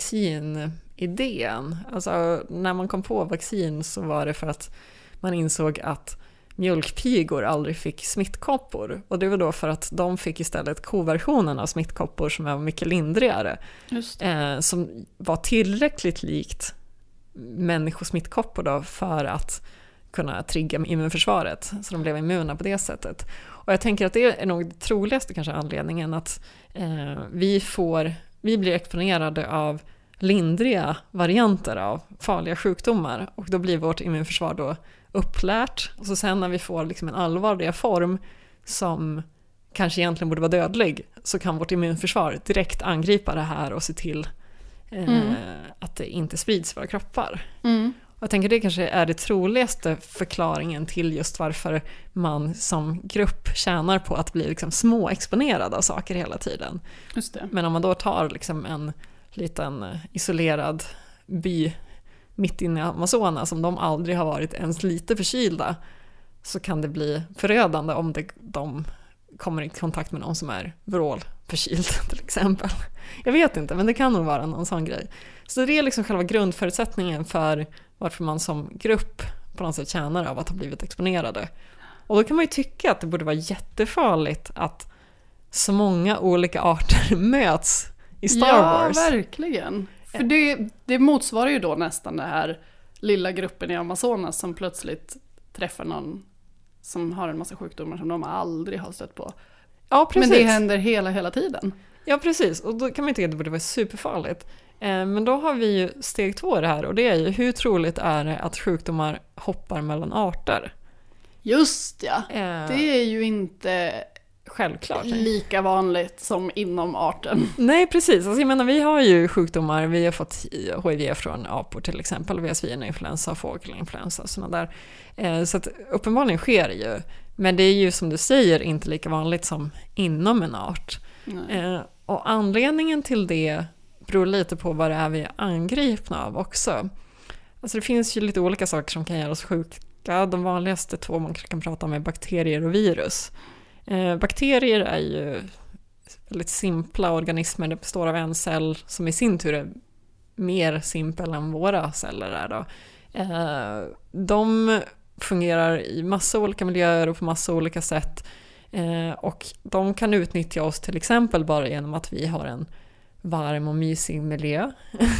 vaccinidén. Alltså när man kom på vaccin så var det för att man insåg att mjölkpigor aldrig fick smittkoppor. Och det var då för att de fick istället koversionen av smittkoppor som var mycket lindrigare. Just Eh, som var tillräckligt likt människosmittkoppor då för att kunna trigga immunförsvaret. Så de blev immuna på det sättet. Och jag tänker att det är nog det troligaste kanske anledningen att eh, vi får, vi blir exponerade av lindriga varianter av farliga sjukdomar. Och då blir vårt immunförsvar då upplärt. Och så sen när vi får liksom en allvarlig form som kanske egentligen borde vara dödlig så kan vårt immunförsvar direkt angripa det här och se till eh, Mm. att det inte sprids i våra kroppar. Mm. Jag tänker det kanske är det troligaste förklaringen till just varför man som grupp tjänar på att bli liksom småexponerad av saker hela tiden. Just det. Men om man då tar liksom en liten isolerad by mitt inne i Amazonas som de aldrig har varit ens lite förkylda, så kan det bli förödande om det, de kommer i kontakt med någon som är vrålförkyld till exempel. Jag vet inte, men det kan nog vara någon sån grej. Så det är liksom själva grundförutsättningen för varför man som grupp på något sätt tjänar av att ha blivit exponerade. Och då kan man ju tycka att det borde vara jättefarligt att så många olika arter möts i Star ja, Wars. Ja, verkligen. För det, det motsvarar ju då nästan den här lilla gruppen i Amazonas som plötsligt träffar någon som har en massa sjukdomar som de aldrig har stött på. Ja, precis. Men det händer hela, hela tiden. Ja, precis. Och då kan man tycka att det borde vara superfarligt. Eh, men då har vi ju steg två i det här, och det är ju hur troligt är det att sjukdomar hoppar mellan arter? Just ja. Eh, Det är ju inte självklart. lika vanligt som inom arten. Nej, precis. Alltså, jag menar, vi har ju sjukdomar. Vi har fått H I V från apor till exempel. Vi har svininfluensa, fågelinfluensa och sådana där. Eh, så att uppenbarligen sker det ju. Men det är ju som du säger inte lika vanligt som inom en art. Eh, och anledningen till det beror lite på vad det är vi är angripna av också. Alltså det finns ju lite olika saker som kan göra oss sjuka. De vanligaste två man kan prata om är bakterier och virus. Eh, bakterier är ju väldigt simpla organismer. Det består av en cell som i sin tur är mer simpel än våra celler är då. Eh, de fungerar i massa olika miljöer och på massa olika sätt. Eh, och de kan utnyttja oss till exempel bara genom att vi har en varm och mysig miljö.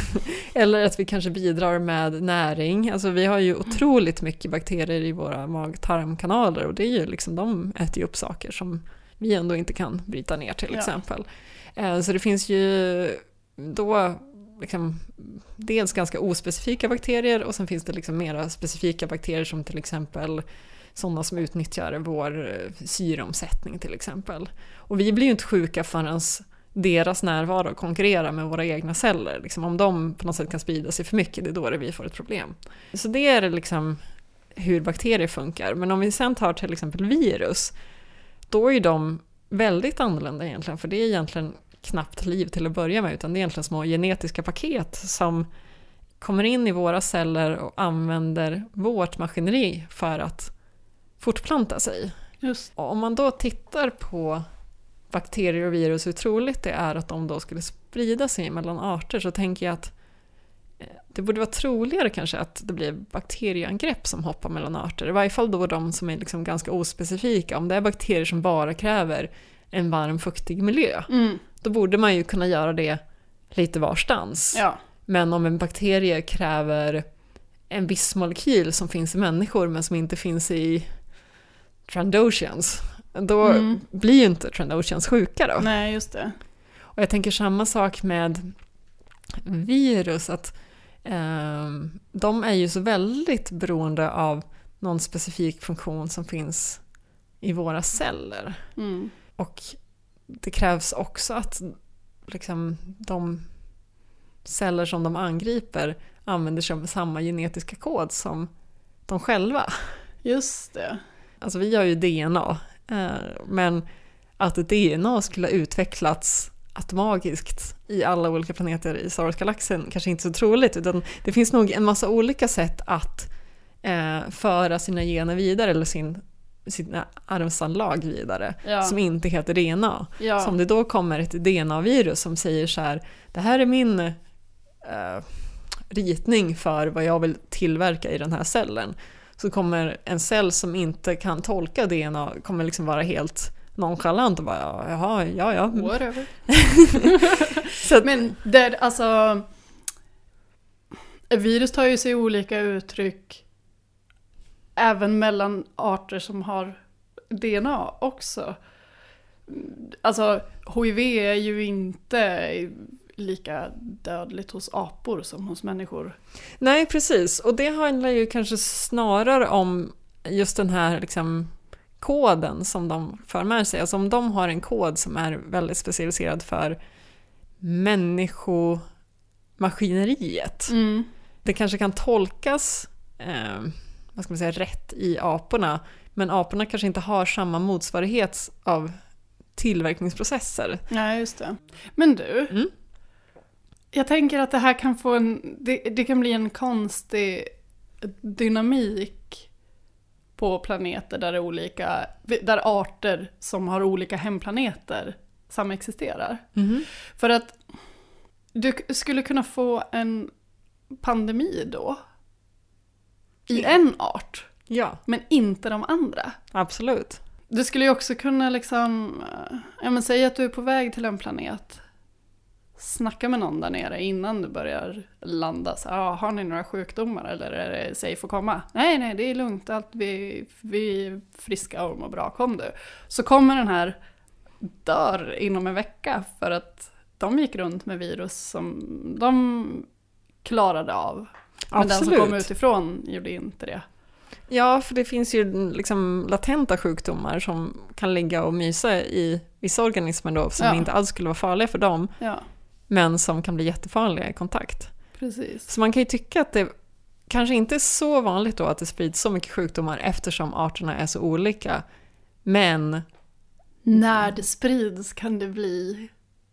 Eller att vi kanske bidrar med näring. Alltså vi har ju otroligt mycket bakterier i våra mag-tarmkanaler, och det är ju liksom, de äter ju upp saker som vi ändå inte kan bryta ner till exempel. Ja. Eh, så det finns ju då liksom dels ganska ospecifika bakterier, och sen finns det liksom mera specifika bakterier som till exempel sådana som utnyttjar vår syreomsättning till exempel. Och vi blir ju inte sjuka förrän deras närvaro konkurrerar med våra egna celler. Liksom om de på något sätt kan sprida sig för mycket, det är då det vi får ett problem. Så det är liksom hur bakterier funkar. Men om vi sen tar till exempel virus, då är de väldigt annorlunda egentligen, för det är egentligen knappt liv till att börja med, utan det är egentligen små genetiska paket som kommer in i våra celler och använder vårt maskineri för att fortplanta sig. Just. Och om man då tittar på bakterier och virus, hur troligt det är att de då skulle sprida sig mellan arter, så tänker jag att det borde vara troligare kanske att det blir bakterieangrepp som hoppar mellan arter. I varje fall då de som är liksom ganska ospecifika. Om det är bakterier som bara kräver en varm, fuktig miljö, mm. då borde man ju kunna göra det lite varstans. Ja. Men om en bakterie kräver en viss molekyl som finns i människor men som inte finns i Trandoshians, då mm. blir ju inte Trandoshians sjuka då. Nej, just det. Och jag tänker samma sak med virus, att eh, de är ju så väldigt beroende av någon specifik funktion som finns i våra celler. Mm. Och det krävs också att liksom, de celler som de angriper använder sig av samma genetiska kod som de själva. Just det. Alltså vi har ju D N A, men att D N A skulle ha utvecklats automatiskt i alla olika planeter i Star Wars-galaxen kanske inte så troligt, utan det finns nog en massa olika sätt att eh, föra sina gener vidare, eller sin, sina arvsanlag vidare, ja. Som inte heter D N A. Ja. Så om det då kommer ett D N A-virus som säger så här: det här är min eh, ritning för vad jag vill tillverka i den här cellen, så kommer en cell som inte kan tolka D N A kommer liksom vara helt nonchalant och bara, jaha, ja, ja. Whatever. Så att, men där, alltså, virus tar ju sig olika uttryck även mellan arter som har D N A också. Alltså, H I V är ju inte lika dödligt hos apor som hos människor. Nej, precis. Och det handlar ju kanske snarare om just den här liksom koden som de för med sig. Alltså om de har en kod som är väldigt specialiserad för människomaskineriet. Mm. Det kanske kan tolkas eh, vad ska man säga, rätt i aporna. Men aporna kanske inte har samma motsvarighet av tillverkningsprocesser. Ja, just det. Men du, Mm. jag tänker att det här kan få en, det, det kan bli en konstig dynamik på planeter där det är olika, där arter som har olika hemplaneter samexisterar. Mm. För att du skulle kunna få en pandemi då i en art, Ja, men inte de andra. absolut. Du skulle ju också kunna liksom, ja men säg att du är på väg till en planet. Snacka med någon där nere innan du börjar landa. Så, ah, har ni några sjukdomar eller är det safe att komma? Nej, nej, det är lugnt. Allt vi, vi är friska och mår bra. Kom du. Så kommer den här dör inom en vecka för att de gick runt med virus som de klarade av. Men den som kom utifrån gjorde inte det. Ja, för det finns ju liksom latenta sjukdomar som kan ligga och mysa i vissa organismer då, som Ja. inte alls skulle vara farliga för dem, Ja, men som kan bli jättefarliga i kontakt. precis. Så man kan ju tycka att det kanske inte är så vanligt då att det sprids så mycket sjukdomar eftersom arterna är så olika. Men När det sprids kan det bli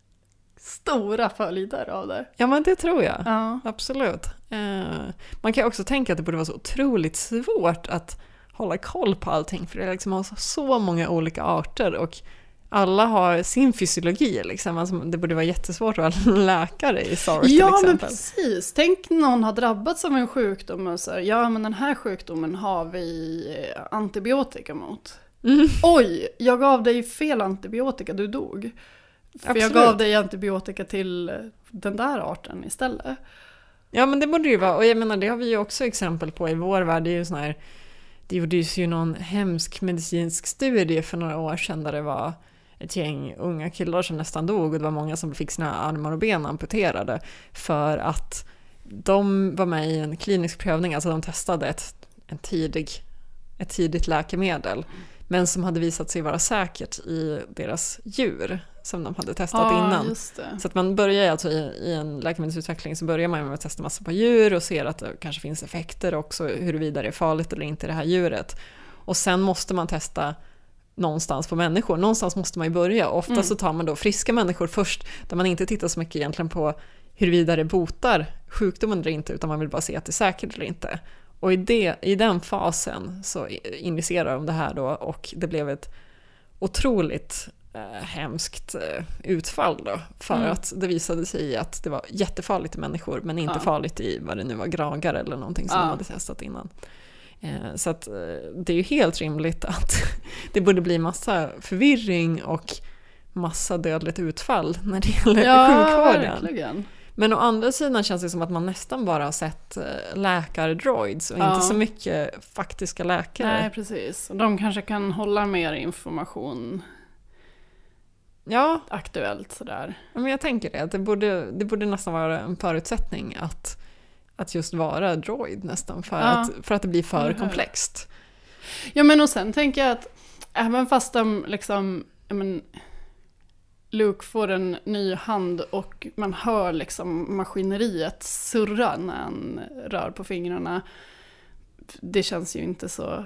stora följder av det. ja, men det tror jag. Ja. Absolut. Eh, man kan ju också tänka att det borde vara så otroligt svårt att hålla koll på allting, för det liksom har så, så många olika arter och alla har sin fysiologi. Liksom. Alltså, det borde vara jättesvårt att vara läkare i SARS till Ja, men exempel. precis. Tänk någon har drabbats av en sjukdom och så här, ja men den här sjukdomen har vi antibiotika mot. Mm. Oj, jag gav dig fel antibiotika, du dog. För Absolut. jag gav dig antibiotika till den där arten istället. Ja, men det borde det ju vara. Och jag menar, det har vi ju också exempel på i vår värld. Det är ju sån här, det gjordes ju någon hemsk medicinsk studie för några år sedan där det var ett gäng unga killar som nästan dog och det var många som fick sina armar och ben amputerade för att de var med i en klinisk prövning, alltså de testade ett, en tidig, ett tidigt läkemedel men som hade visat sig vara säkert i deras djur som de hade testat Ja, innan. just det. Så att man börjar alltså i, i en läkemedelsutveckling så börjar man med att testa massa på djur och ser att det kanske finns effekter också, huruvida det är farligt eller inte det här djuret. Och sen måste man testa någonstans på människor. Någonstans måste man ju börja. Ofta Mm. så tar man då friska människor först där man inte tittar så mycket egentligen på huruvida det botar sjukdomen eller inte, utan man vill bara se att det är säkert eller inte. Och i, det, i den fasen så initierar de det här då och det blev ett otroligt eh, hemskt eh, utfall då, för Mm. att det visade sig att det var jättefarligt i människor men inte Ja. farligt i vad det nu var, gragar eller någonting som Ja. de hade testat innan. Eh, så att eh, det är ju helt rimligt att det borde bli massa förvirring och massa dödligt utfall när det gäller Ja, sjukvården. verkligen. Men å andra sidan känns det som att man nästan bara har sett eh, läkardroids och Ja. inte så mycket faktiska läkare. Nej, precis. Och de kanske kan hålla mer information Ja, aktuellt sådär. men jag tänker det. Att det, borde, det borde nästan vara en förutsättning att, att just vara droid nästan för, Ja. att, för att det blir för Eller hur? komplext. Ja, men och sen tänker jag att även fast de liksom, ja men, Luke får en ny hand och man hör liksom maskineriet surra när han rör på fingrarna. Det känns ju inte så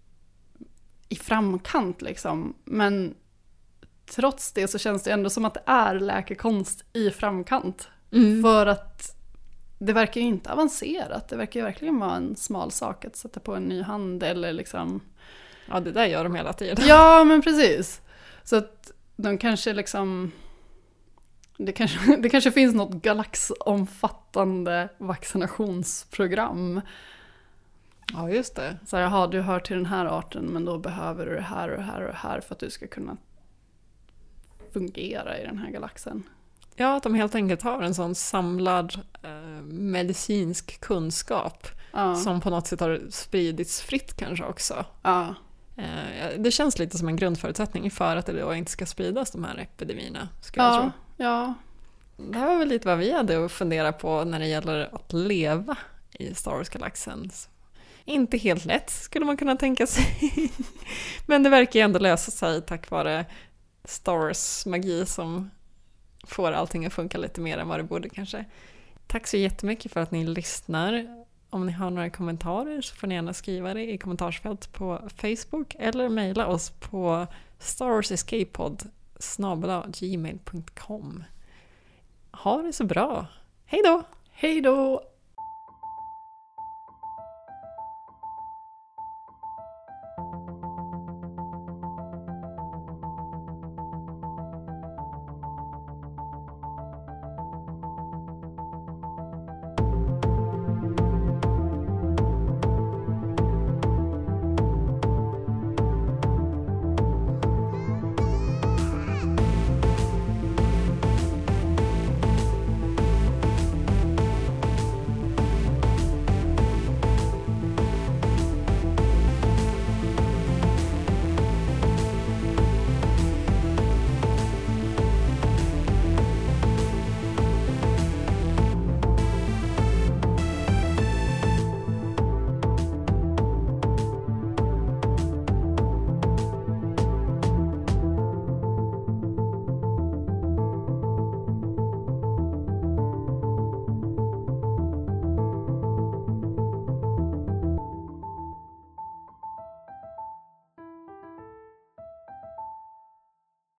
i framkant liksom. Men trots det så känns det ändå som att det är läkekonst i framkant. Mm. För att det verkar ju inte avancerat. Det verkar ju verkligen vara en smal sak att sätta på en ny hand eller liksom... Ja, det där gör de hela tiden. Ja, men precis. Så att de kanske liksom... Det kanske, det kanske finns något galaxomfattande vaccinationsprogram. Ja, just det. Så här, jaha, du hör till den här arten men då behöver du det här och det här och det här för att du ska kunna fungera i den här galaxen. Ja, att de helt enkelt har en sån samlad eh, medicinsk kunskap Ja, som på något sätt har spridits fritt kanske också. ja, Eh, det känns lite som en grundförutsättning för att det då inte ska spridas de här epidemierna, skulle jag ja, tro. ja. Det här var väl lite vad vi hade att fundera på när det gäller att leva i Star Wars-galaxen. Inte helt lätt skulle man kunna tänka sig. Men det verkar ju ändå lösa sig tack vare Star Wars-magi som får allting att funka lite mer än vad det borde kanske. Tack så jättemycket för att ni lyssnar. Om ni har några kommentarer så får ni gärna skriva det i kommentarsfält på Facebook eller mejla oss på starwarsescapepod snabel-a gmail punkt com. Ha det så bra. Hej då! Hej då!